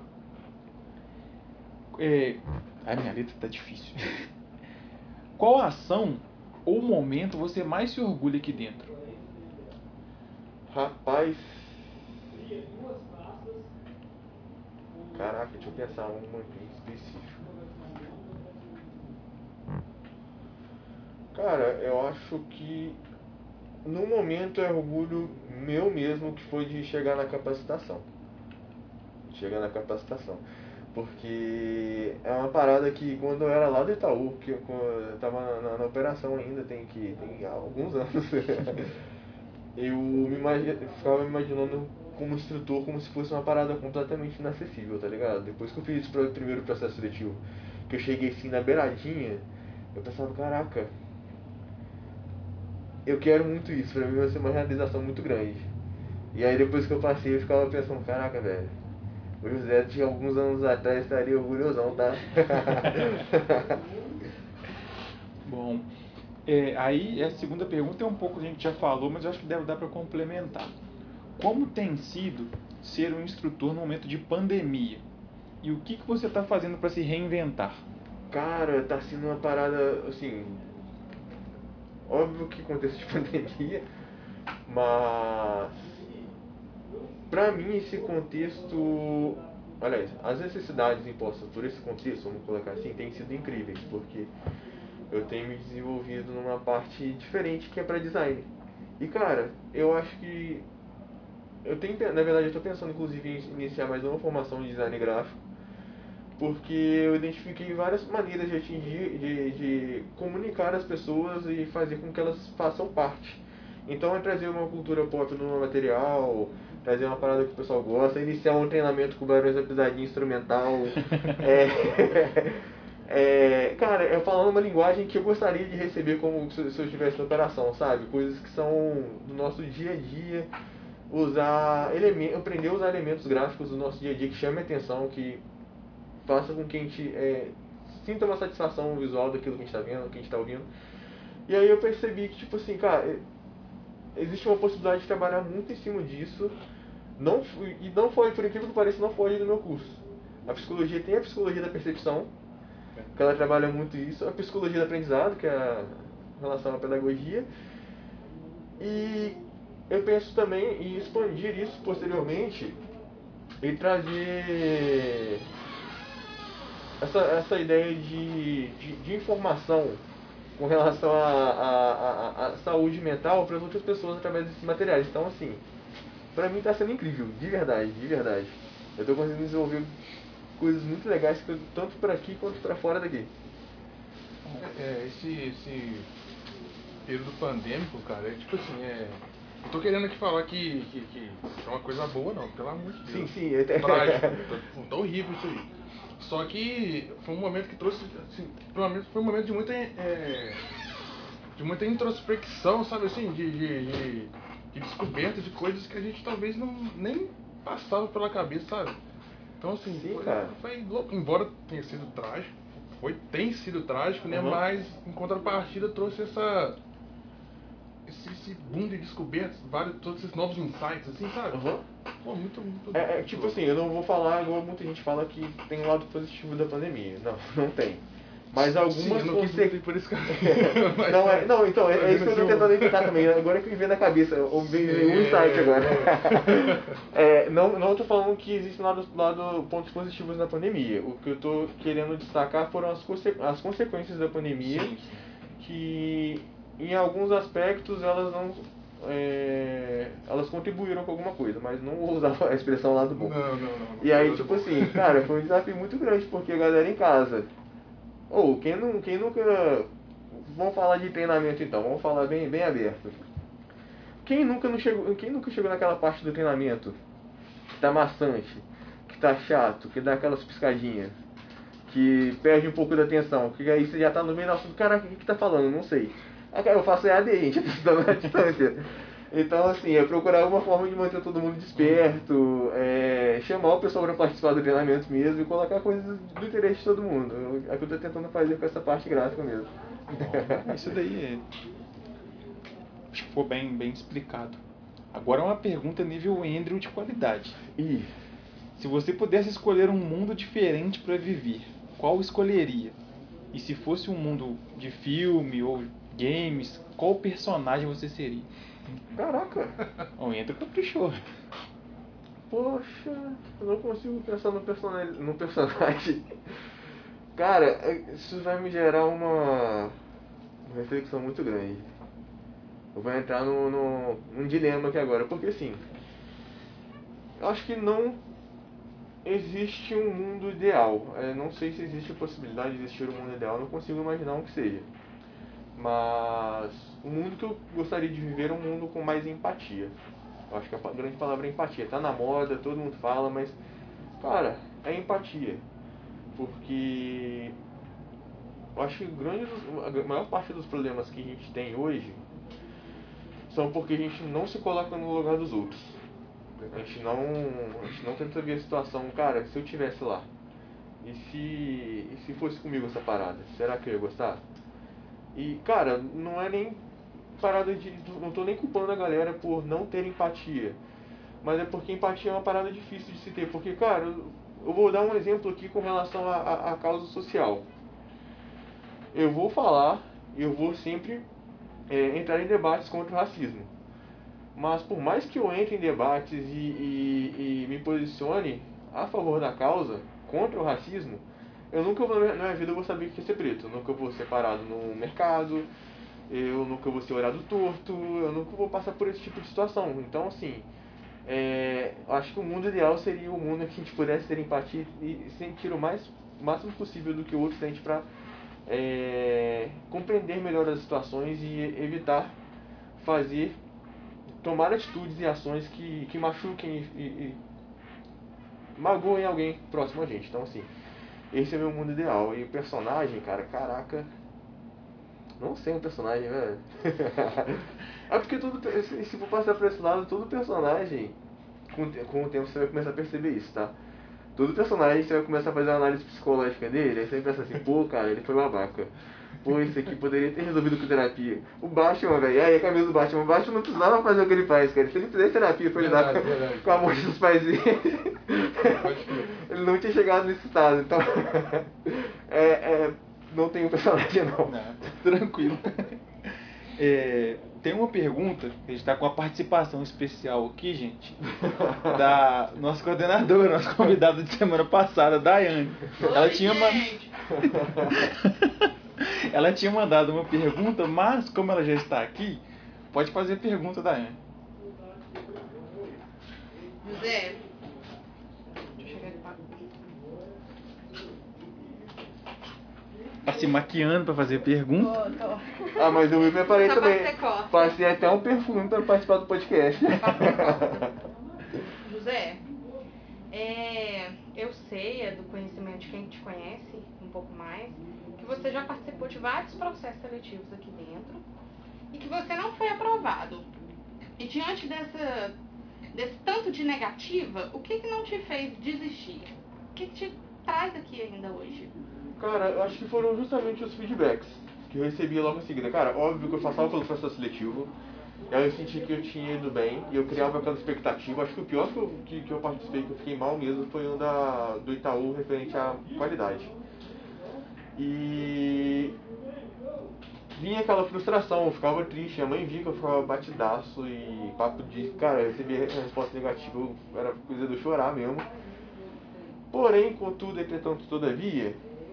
ai, minha letra tá difícil. Qual ação ou momento você mais se orgulha aqui dentro? Rapaz. Caraca, deixa eu pensar uma em específico. Cara, eu acho que no momento é orgulho meu mesmo que foi de chegar na capacitação. Porque é uma parada que quando eu era lá do Itaú, que eu tava na operação ainda, tem alguns anos, eu ficava me imaginando como instrutor como se fosse uma parada completamente inacessível, tá ligado? Depois que eu fiz o primeiro processo seletivo, que eu cheguei assim na beiradinha, eu pensava, caraca, eu quero muito isso, pra mim vai ser uma realização muito grande. E aí depois que eu passei, eu ficava pensando, caraca, velho, o José de alguns anos atrás estaria orgulhosão, tá? Bom, aí a segunda pergunta é um pouco, a gente já falou, mas eu acho que deve dar para complementar. Como tem sido ser um instrutor no momento de pandemia? E o que você está fazendo para se reinventar? Cara, tá sendo uma parada, assim, óbvio que contexto de pandemia, mas pra mim esse contexto, aliás, as necessidades impostas por esse contexto, vamos colocar assim, têm sido incríveis, porque eu tenho me desenvolvido numa parte diferente que é pra design. E cara, eu acho que na verdade eu tô pensando inclusive em iniciar mais uma formação de design gráfico, porque eu identifiquei várias maneiras de atingir, de comunicar as pessoas e fazer com que elas façam parte. Então é trazer uma cultura pop no material, trazer uma parada que o pessoal gosta, iniciar um treinamento com Barões da Pisadinha instrumental. Cara, eu falando uma linguagem que eu gostaria de receber como se eu estivesse na operação, sabe? Coisas que são do nosso dia a dia, aprender a usar elementos gráficos do nosso dia a dia que chamem a atenção, que faça com que a gente sinta uma satisfação visual daquilo que a gente está vendo, que a gente está ouvindo. E aí eu percebi que, tipo assim, cara, existe uma possibilidade de trabalhar muito em cima disso. Não foi, por incrível que pareça, não foi do meu curso. A psicologia tem a psicologia da percepção, que ela trabalha muito isso. A psicologia do aprendizado, que é a relação à pedagogia. E eu penso também em expandir isso posteriormente e trazer essa ideia de informação com relação à saúde mental para as outras pessoas através desses materiais. Então, assim, pra mim tá sendo incrível, de verdade, de verdade. Eu tô conseguindo desenvolver coisas muito legais, tanto por aqui quanto pra fora daqui. Esse período pandêmico, cara, tipo assim, eu tô querendo aqui falar que é uma coisa boa, não, pelo amor de Deus. Sim. Trágico, tá horrível isso aí. Só que foi um momento que trouxe, assim, foi um momento de muita introspecção, sabe assim, de descoberta de coisas que a gente talvez nem passava pela cabeça, sabe? Então assim, Sim, foi louco, embora tenha sido trágico, tem sido trágico, né? Uhum. Mas em contrapartida trouxe esse boom de descobertas, todos esses novos insights, assim, sabe? Uhum. Pô, muito Tipo assim, eu não vou falar igual muita gente fala que tem um lado positivo da pandemia. Não, não tem. Mas algumas consequências. Por isso que então, é isso que eu tô tentando evitar também. Agora que me vem na cabeça, um insight agora. Não tô falando que existem pontos positivos na pandemia. O que eu tô querendo destacar foram as consequências da pandemia, Sim. que em alguns aspectos elas não. Elas contribuíram com alguma coisa, mas não vou usar a expressão lado bom. Não. E aí, tipo assim, cara, foi um desafio muito grande, porque a galera em casa. Quem nunca. Vamos falar de treinamento então, vamos falar bem aberto. Quem nunca chegou naquela parte do treinamento que tá maçante, que tá chato, que dá aquelas piscadinhas, que perde um pouco da atenção, que aí você já tá no meio do assunto, caraca, o que tá falando? Não sei. Eu faço EAD, gente, eu tô estudando à distância. Então, assim, é procurar alguma forma de manter todo mundo desperto, chamar o pessoal para participar do treinamento mesmo e colocar coisas do interesse de todo mundo. É o que eu tô tentando fazer com essa parte gráfica mesmo. Isso daí acho que ficou bem explicado. Agora uma pergunta nível Andrew de qualidade. Ih, Se você pudesse escolher um mundo diferente para viver, qual escolheria? E se fosse um mundo de filme ou games, qual personagem você seria? caraca! O Andrew caprichou. Poxa, eu não consigo pensar no personagem. Cara, isso vai me gerar uma reflexão muito grande. Eu vou entrar num dilema aqui agora, porque assim, eu acho que não existe um mundo ideal. Não sei se existe a possibilidade de existir um mundo ideal, não consigo imaginar um que seja. Mas o mundo que eu gostaria de viver é um mundo com mais empatia. Eu acho que a grande palavra é empatia. Tá na moda, todo mundo fala, mas, cara, é empatia. Porque eu acho que a maior parte dos problemas que a gente tem hoje são porque a gente não se coloca no lugar dos outros. A gente não tenta ver a situação, cara, se eu tivesse lá, e se fosse comigo essa parada, será que eu ia gostar? E, cara, não é nem parada de. Não tô nem culpando a galera por não ter empatia, mas é porque empatia é uma parada difícil de se ter. Porque, cara, eu vou dar um exemplo aqui com relação à causa social. Eu vou sempre entrar em debates contra o racismo. Mas por mais que eu entre em debates e me posicione a favor da causa, contra o racismo, eu nunca na minha vida vou saber o que é ser preto. Eu nunca vou ser parado no mercado, eu nunca vou ser olhado torto, eu nunca vou passar por esse tipo de situação. Então, assim, eu acho que o mundo ideal seria o mundo em que a gente pudesse ter empatia e sentir o máximo possível do que o outro sente para compreender melhor as situações e evitar tomar atitudes e ações que machuquem e magoem alguém próximo a gente. Então, assim, esse é o meu mundo ideal. E o personagem, cara, caraca, não sei um personagem, velho. É porque se for passar pra esse lado, todo personagem, com o tempo você vai começar a perceber isso, tá? Todo personagem você vai começar a fazer uma análise psicológica dele, aí você vai pensar assim, pô, cara, ele foi babaca. Pô, esse aqui poderia ter resolvido com terapia. O Batman, velho, aí a camisa do Batman. O Batman não precisava fazer o que ele faz, cara. Se ele fizesse terapia pra lidar com a morte dos pais dele, ele não tinha chegado nesse estado. Então, não tem um personagem, não. Não, tranquilo. Tem uma pergunta, a gente está com uma participação especial aqui, gente, da nossa coordenadora, nossa convidada de semana passada, Daiane. Ela tinha mandado uma pergunta, mas como ela já está aqui, pode fazer pergunta, Daiane. José, deixa eu chegar aqui. Tá se maquiando para fazer pergunta? Tô. Ah, mas eu me preparei Só também. pra ser costa. Passei até um perfume para participar do podcast. José, eu sei, do conhecimento de quem te conhece um pouco mais, que você já participou de vários processos seletivos aqui dentro e que você não foi aprovado. E diante desse tanto de negativa, o que não te fez desistir? O que te traz aqui ainda hoje? Cara, eu acho que foram justamente os feedbacks que eu recebi logo em seguida. Cara, óbvio que eu passava pelo processo seletivo, Aí eu senti que eu tinha ido bem e eu criava aquela expectativa. Acho que o pior que eu participei, que eu fiquei mal mesmo, foi um do Itaú referente à qualidade. E vinha aquela frustração, eu ficava triste, a mãe via que eu ficava batidaço e papo de, cara, eu recebi resposta negativa, era coisa de eu chorar mesmo. Porém, contudo, entretanto, todavia,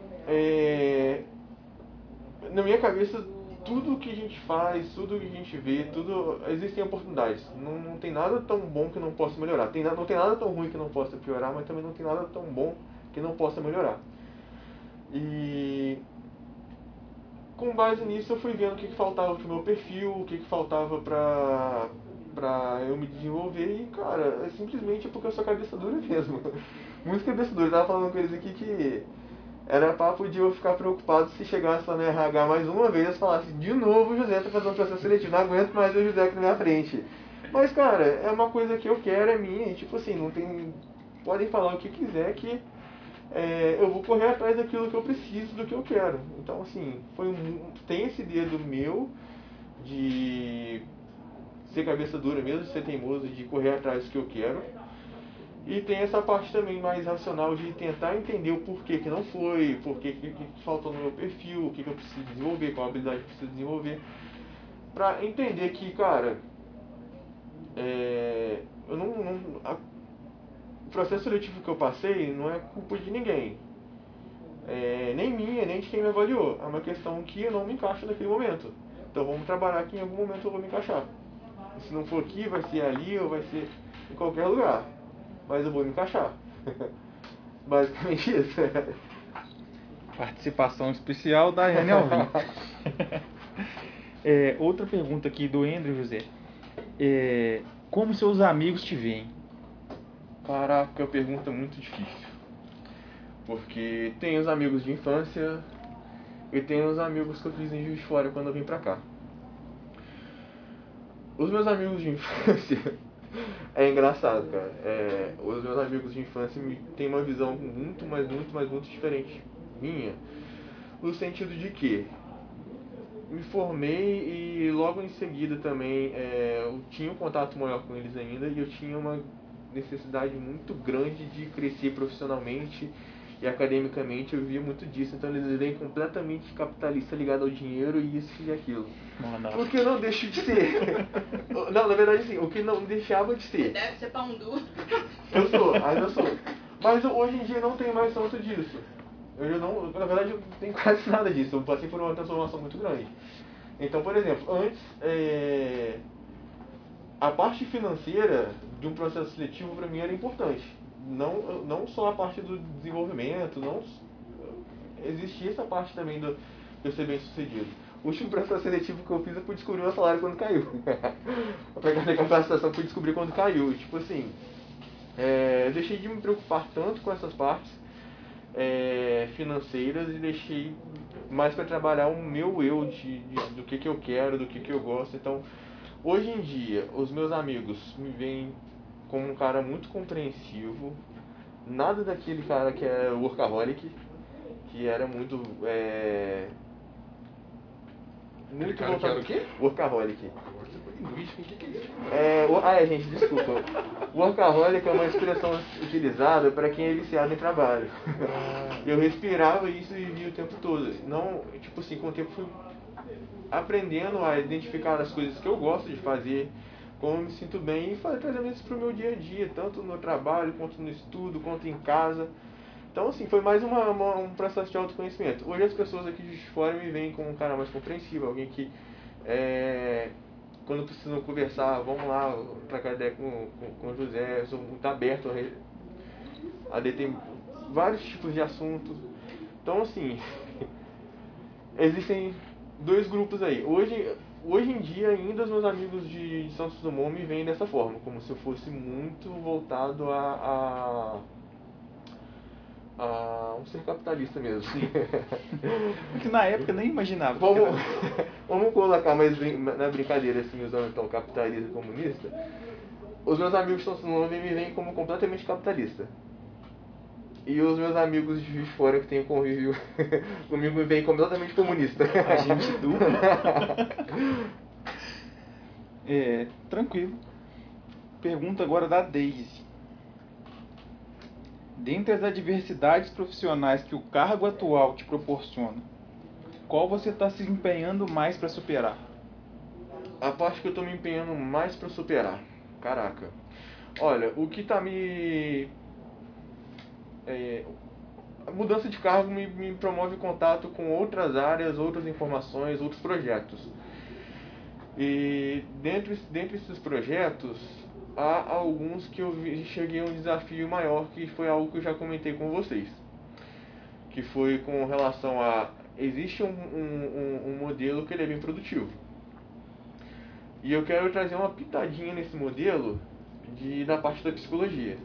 na minha cabeça, tudo que a gente faz, tudo que a gente vê, existem oportunidades. Não tem nada tão bom que não possa melhorar. Não tem nada tão ruim que não possa piorar, mas também não tem nada tão bom que não possa melhorar. E com base nisso eu fui vendo o que faltava pro meu perfil, o que faltava pra eu me desenvolver e, cara, é simplesmente porque eu sou cabeça dura mesmo. Muito cabeça dura. Eu tava falando com eles aqui que era papo de eu ficar preocupado se chegasse lá no RH mais uma vez e falasse, de novo o José tá fazendo um processo seletivo, não aguento mais o José aqui na minha frente. Mas, cara, é uma coisa que eu quero, é minha, e tipo assim, não tem... Podem falar o que quiser que eu vou correr atrás daquilo que eu preciso, do que eu quero. Então, assim, tem esse dedo meu de ser cabeça dura mesmo, de ser teimoso, de correr atrás do que eu quero. E tem essa parte também mais racional de tentar entender o porquê que não foi, porquê que faltou no meu perfil, o que eu preciso desenvolver, qual habilidade eu preciso desenvolver. Pra entender que, cara, o processo seletivo que eu passei não é culpa de ninguém. Nem minha, nem de quem me avaliou. É uma questão que eu não me encaixo naquele momento. Então vamos trabalhar que em algum momento eu vou me encaixar. E se não for aqui, vai ser ali ou vai ser em qualquer lugar. Mas eu vou me encaixar. Basicamente isso. Participação especial da Yane Alvim. Outra pergunta aqui do Andrew José. Como seus amigos te veem? Caraca, pergunta muito difícil. Porque tem os amigos de infância e tem os amigos que eu fiz em Juiz de Fora quando eu vim pra cá. Os meus amigos de infância... É engraçado, cara. Os meus amigos de infância têm uma visão muito diferente minha. No sentido de que me formei e logo em seguida também eu tinha um contato maior com eles ainda e eu tinha uma necessidade muito grande de crescer profissionalmente e academicamente. Eu via muito disso. Então eles vêm completamente capitalista, ligado ao dinheiro e isso e aquilo. O que não deixa de ser. Não, na verdade sim, o que não deixava de ser. Deve ser pão duro. Ainda sou. Mas hoje em dia não tem mais tanto disso. Na verdade eu não tenho quase nada disso. Eu passei por uma transformação muito grande. Então, por exemplo, antes a parte financeira de um processo seletivo para mim era importante. Não só a parte do desenvolvimento, não existia essa parte também de eu ser bem sucedido. O último processo seletivo que eu fiz, eu fui descobrir meu salário quando caiu. Eu peguei a capacitação, fui descobrir quando caiu. Tipo assim, eu deixei de me preocupar tanto com essas partes financeiras e deixei mais para trabalhar o meu eu do que eu quero, do que eu gosto. Então, hoje em dia, os meus amigos me veem como um cara muito compreensivo. Nada daquele cara que é workaholic, que era muito... muito cara que era o quê? Workaholic. Linguística, o que é isso? Gente, desculpa. Workaholic é uma expressão utilizada para quem é viciado em trabalho. Eu respirava isso e via o tempo todo. Não, tipo assim, com o tempo fui aprendendo a identificar as coisas que eu gosto de fazer, como eu me sinto bem e trazendo isso para o meu dia a dia, tanto no trabalho, quanto no estudo, quanto em casa. Então, assim, foi mais um processo de autoconhecimento. Hoje as pessoas aqui de fora me veem como um cara mais compreensivo, alguém que, quando precisam conversar, vamos lá, trocar ideia com o José. Eu sou muito aberto a vários tipos de assuntos. Então, assim, existem dois grupos aí. Hoje em dia, ainda os meus amigos de Santos Dumont me veem dessa forma, como se eu fosse muito voltado a um ser capitalista mesmo. Que na época eu nem imaginava. Vamos colocar mais na brincadeira, assim, usando então capitalista e comunista. Os meus amigos de Santos Dumont me veem como completamente capitalista. E os meus amigos de Juiz de Fora que têm convívio comigo me veem completamente comunista. A gente dupla. Tranquilo. Pergunta agora da Daisy. Dentre as adversidades profissionais que o cargo atual te proporciona, qual você está se empenhando mais para superar? A parte que eu tô me empenhando mais pra superar. Caraca. Olha, o que tá me... a mudança de cargo me promove contato com outras áreas, outras informações, outros projetos. E dentre esses projetos, há alguns que eu cheguei a um desafio maior, que foi algo que eu já comentei com vocês. Que foi com relação a... Existe um modelo que ele é bem produtivo. E eu quero trazer uma pitadinha nesse modelo da parte da psicologia.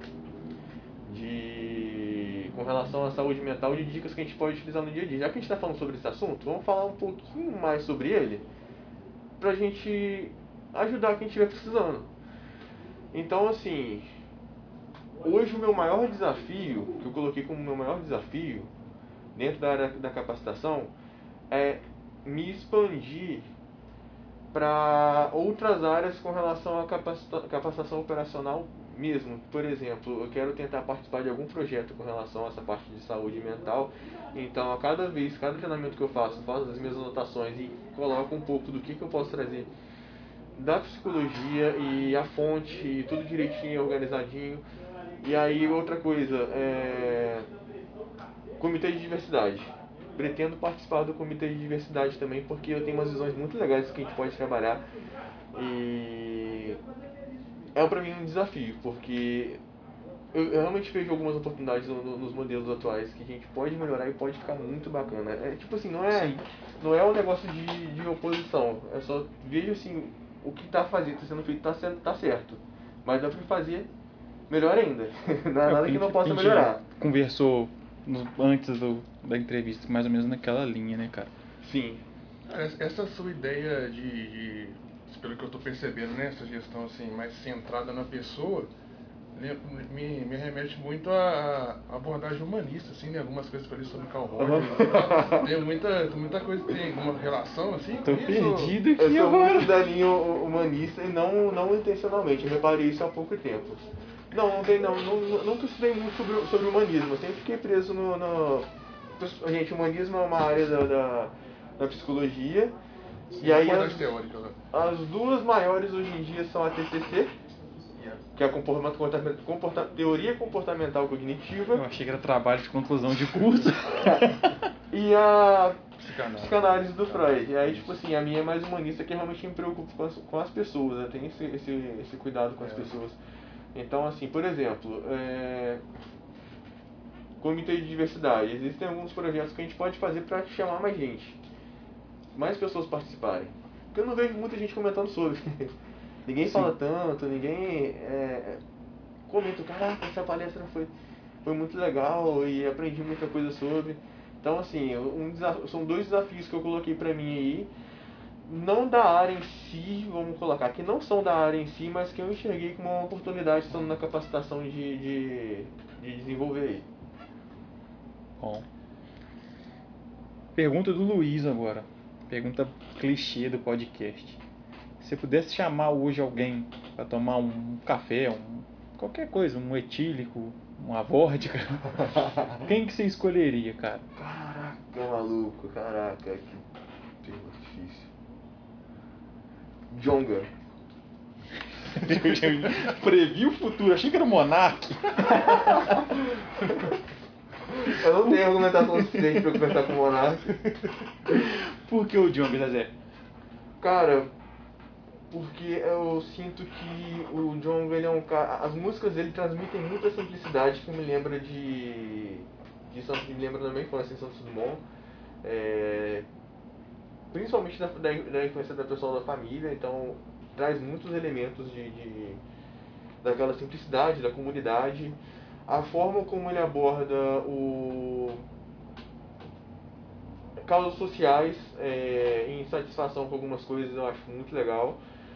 Com relação à saúde mental, de dicas que a gente pode utilizar no dia a dia. Já que a gente está falando sobre esse assunto, vamos falar um pouquinho mais sobre ele, pra gente ajudar quem estiver precisando. Então, assim, hoje o meu maior desafio, que eu coloquei como meu maior desafio, dentro da área da capacitação, é me expandir para outras áreas com relação à capacitação operacional mesmo. Por exemplo, eu quero tentar participar de algum projeto com relação a essa parte de saúde mental. Então, a cada treinamento que eu faço as minhas anotações e coloco um pouco do que eu posso trazer da psicologia e a fonte, e tudo direitinho, organizadinho. E aí, outra coisa, comitê de diversidade. Pretendo participar do comitê de diversidade também, porque eu tenho umas visões muito legais que a gente pode trabalhar. E é para mim um desafio, porque eu realmente vejo algumas oportunidades nos modelos atuais que a gente pode melhorar e pode ficar muito bacana. É tipo assim, não é um negócio de oposição. É só vejo assim, o que está sendo feito tá certo. Mas dá para fazer melhor ainda. Não há nada que não possa melhorar. Conversou antes da entrevista, mais ou menos naquela linha, né, cara? Sim. Essa sua ideia pelo que eu estou percebendo, né, essa gestão assim, mais centrada na pessoa, me remete muito à abordagem humanista, assim, né? Algumas coisas que eu falei sobre Carl Rogers. Tem muita coisa, tem alguma relação, assim, Tô com isso? perdido aqui Eu sou agora. muito da linha humanista e não intencionalmente. Eu reparei isso há pouco tempo. Nunca estudei muito sobre humanismo. Eu sempre fiquei preso Gente, humanismo é uma área da psicologia. Sim, E aí teórica, né? as duas maiores hoje em dia são a TCC, que é a Teoria Comportamental Cognitiva. Eu achei que era trabalho de conclusão de curso. E a psicanálise do Freud. E aí, tipo assim, a minha é mais humanista, que realmente me preocupa com as pessoas, né? Tem esse cuidado com as pessoas. Então, assim, por exemplo, comitê de diversidade. Existem alguns projetos que a gente pode fazer para chamar mais gente, mais pessoas participarem. Porque eu não vejo muita gente comentando sobre. Ninguém fala tanto, ninguém comenta, caraca, essa palestra foi muito legal e aprendi muita coisa sobre. Então, assim, são dois desafios que eu coloquei pra mim aí, não da área em si, vamos colocar, que não são da área em si, mas que eu enxerguei como uma oportunidade estando na capacitação de desenvolver aí. Bom. Pergunta do Luiz agora. Pergunta clichê do podcast. Se você pudesse chamar hoje alguém para tomar um café, qualquer coisa, um etílico, uma vodka, quem que você escolheria, cara? Caraca, maluco, caraca, que pergunta difícil. Djonga. Previ o futuro, achei que era o Monark. Eu não tenho argumentação suficiente pra conversar com o Monark. Por que o Djonga, Zezé? Cara, porque eu sinto que o Djonga, ele é um cara... As músicas dele transmitem muita simplicidade que me lembra me lembra da minha infância em Santos Dumont. Principalmente da influência da pessoal da família, então traz muitos elementos daquela simplicidade, da comunidade. A forma como ele aborda causas sociais, insatisfação com algumas coisas, eu acho muito legal.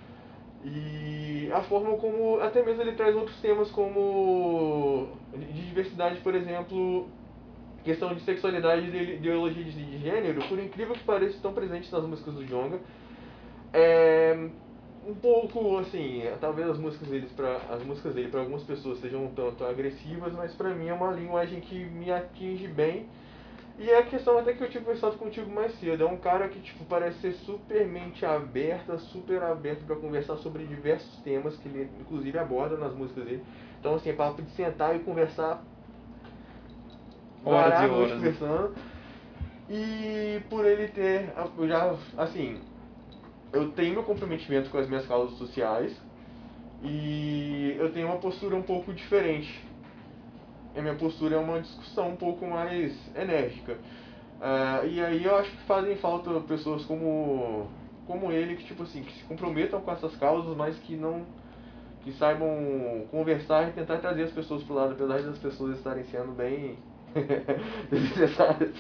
E a forma como até mesmo ele traz outros temas como de diversidade, por exemplo, questão de sexualidade e ideologia de gênero, por incrível que pareça, estão presentes nas músicas do Djonga. um pouco, assim, talvez as músicas dele para algumas pessoas sejam um tanto agressivas, mas pra mim é uma linguagem que me atinge bem. E é a questão até que eu tinha conversado contigo mais cedo, é um cara que tipo parece ser super mente aberta, super aberto para conversar sobre diversos temas que ele inclusive aborda nas músicas dele. Então assim, é papo de sentar e conversar Horas e varar a noite horas, né? conversando. E por ele ter, eu já, assim, eu tenho meu comprometimento com as minhas causas sociais e eu tenho uma postura um pouco diferente. A minha postura é uma discussão um pouco mais enérgica. E aí eu acho que fazem falta pessoas como ele, que tipo assim, que se comprometam com essas causas, mas que saibam conversar e tentar trazer as pessoas pro lado, apesar das pessoas estarem sendo bem desnecessárias.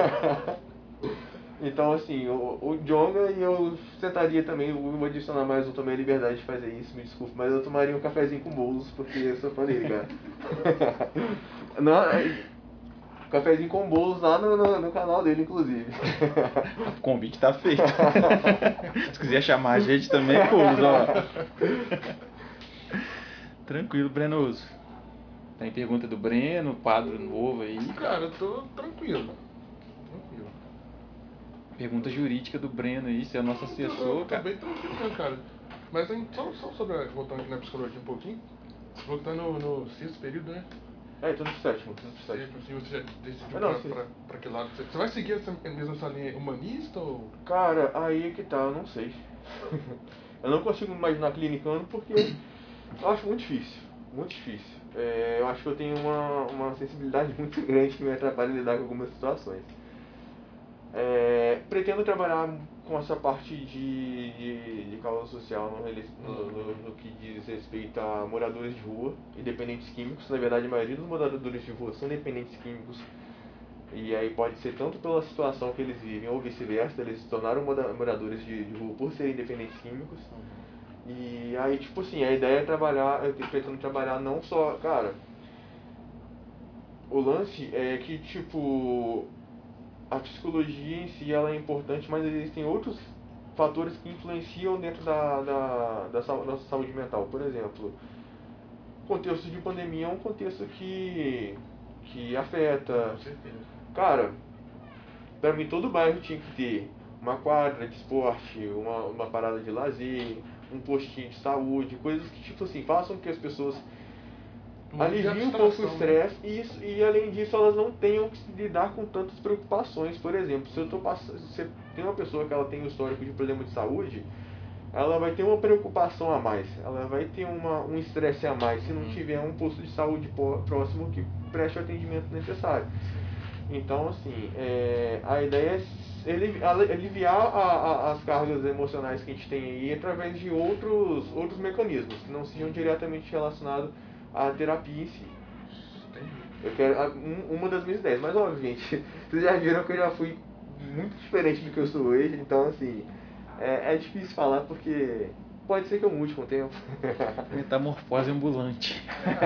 Então, assim, o Djonga e eu sentaria também, eu vou adicionar mais, eu tomei a liberdade de fazer isso, me desculpe, mas eu tomaria um cafezinho com bolos, porque eu sou fã dele, cara. Não, cafezinho com bolos lá no canal dele, inclusive. O convite tá feito. Se quiser chamar a gente também, bolos, ó. Tranquilo, Brenoso. Tem pergunta do Breno, quadro novo aí. Cara, eu tô tranquilo. Pergunta jurídica do Breno aí, você é nosso assessor, Tô cara. bem tranquilo, né, cara? Mas hein, só sobre, voltando aqui na psicologia um pouquinho, você falou que tá no sexto período, né? Tô no sétimo. Assim, você já decidiu Não, pra que lado? Você vai seguir mesmo essa linha humanista ou... Cara, aí é que tá, eu não sei. Eu não consigo me imaginar clinicando porque eu acho muito difícil. Muito difícil. Eu acho que eu tenho uma sensibilidade muito grande que me atrapalha em lidar com algumas situações. Pretendo trabalhar com essa parte de causa social no que diz respeito a moradores de rua e dependentes químicos. Na verdade, a maioria dos moradores de rua são dependentes químicos. E aí pode ser tanto pela situação que eles vivem ou vice-versa, eles se tornaram moradores de rua por serem dependentes químicos. E aí, tipo assim, a ideia é trabalhar, eu pretendo trabalhar não só, cara, o lance é que, tipo, a psicologia em si ela é importante, mas existem outros fatores que influenciam dentro da nossa saúde mental. Por exemplo, o contexto de pandemia é um contexto que afeta. Com certeza. Cara, pra mim todo bairro tinha que ter uma quadra de esporte, uma parada de lazer, um postinho de saúde, coisas que tipo assim, façam com que as pessoas aliviem um pouco o estresse, né? E além disso elas não tenham que se lidar com tantas preocupações. Por exemplo, se você tem uma pessoa que ela tem um histórico de problema de saúde, ela vai ter uma preocupação a mais, ela vai ter um estresse a mais se não tiver um posto de saúde próximo que preste o atendimento necessário. Então, assim, a ideia é aliviar as cargas emocionais que a gente tem aí através de outros mecanismos que não sejam diretamente relacionados à terapia em si. Eu quero uma das minhas ideias, mas óbvio, gente, vocês já viram que eu já fui muito diferente do que eu sou hoje, então, assim, é difícil falar porque pode ser que eu mude com o tempo. Metamorfose ambulante.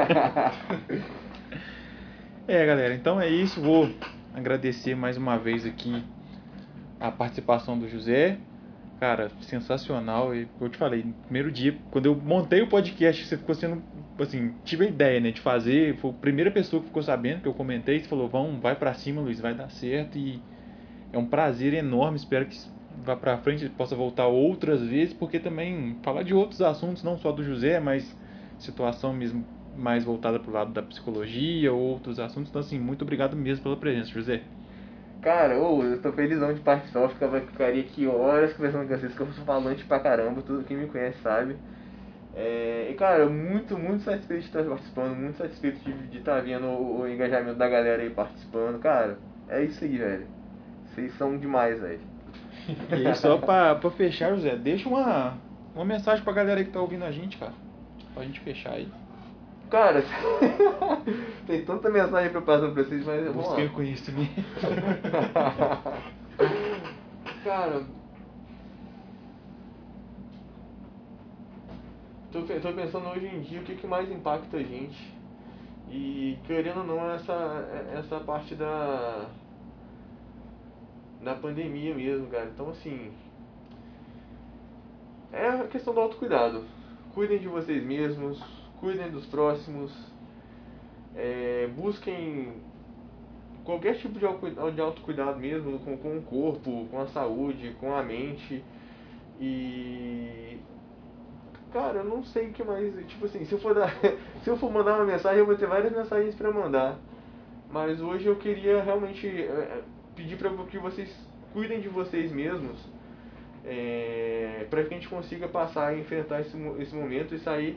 Galera, então é isso. Vou agradecer mais uma vez aqui a participação do José. Cara, sensacional. E eu te falei, no primeiro dia, quando eu montei o podcast, você ficou sendo, assim, tive a ideia, né, de fazer. Foi a primeira pessoa que ficou sabendo, que eu comentei. Você falou, vai pra cima, Luiz, vai dar certo. E é um prazer enorme. Espero que vá pra frente, possa voltar outras vezes, porque também falar de outros assuntos, não só do José, mas situação mesmo mais voltada pro lado da psicologia, outros assuntos. Então, assim, muito obrigado mesmo pela presença, José. Cara, eu tô felizão de participar, eu ficaria aqui horas conversando com vocês, que eu sou falante pra caramba, tudo quem me conhece sabe. E cara, muito, muito satisfeito de estar participando, muito satisfeito de estar vendo o engajamento da galera aí participando. Cara, é isso aí, velho. Vocês são demais, velho. E aí, só pra fechar, José, deixa uma mensagem pra galera aí que tá ouvindo a gente, cara. Pra gente fechar aí. Cara, tem tanta mensagem pra passar pra vocês, mas vamos lá. Busquei o conhecimento. Cara, tô pensando hoje em dia o que mais impacta a gente. E querendo ou não, essa parte da pandemia mesmo, cara. Então assim, É a questão do autocuidado. Cuidem de vocês mesmos, cuidem dos próximos, busquem qualquer tipo de autocuidado mesmo, com o corpo, com a saúde, com a mente. E cara, eu não sei o que mais, tipo assim, se eu for mandar uma mensagem, eu vou ter várias mensagens para mandar. Mas hoje eu queria realmente pedir para que vocês cuidem de vocês mesmos, para que a gente consiga passar e enfrentar esse momento e sair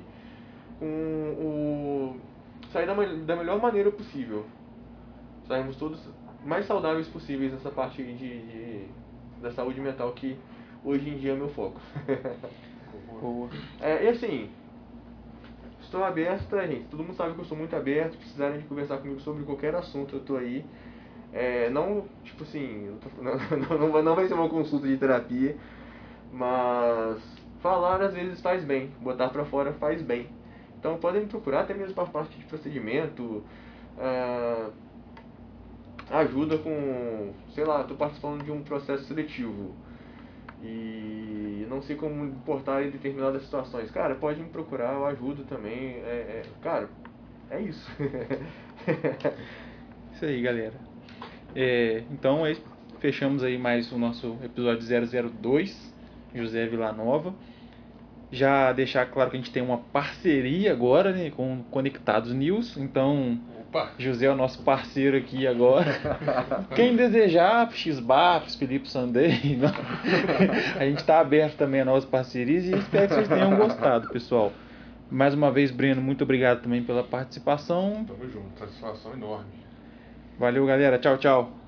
da melhor maneira possível. Sairmos todos mais saudáveis possíveis nessa parte da saúde mental, que hoje em dia é meu foco. Boa. E assim, estou aberto, tá, gente? Todo mundo sabe que eu sou muito aberto. Se precisarem de conversar comigo sobre qualquer assunto, eu tô aí. Não, tipo assim, não vai ser uma consulta de terapia, mas falar às vezes faz bem, botar pra fora faz bem. Então podem me procurar até mesmo para parte de procedimento, ajuda com, sei lá, estou participando de um processo seletivo e não sei como me portar em determinadas situações. Cara, pode me procurar, eu ajudo também. Cara, é isso. Isso aí, galera. Então, fechamos aí mais o nosso episódio 002, José Villanova. Já deixar claro que a gente tem uma parceria agora, né, com Conectados News. Então, Opa! José é o nosso parceiro aqui agora. Quem desejar, X-Bafs, Felipe Sandei, a gente está aberto também a novas parcerias e espero que vocês tenham gostado, pessoal. Mais uma vez, Breno, muito obrigado também pela participação. Tamo junto, satisfação enorme. Valeu, galera. Tchau, tchau.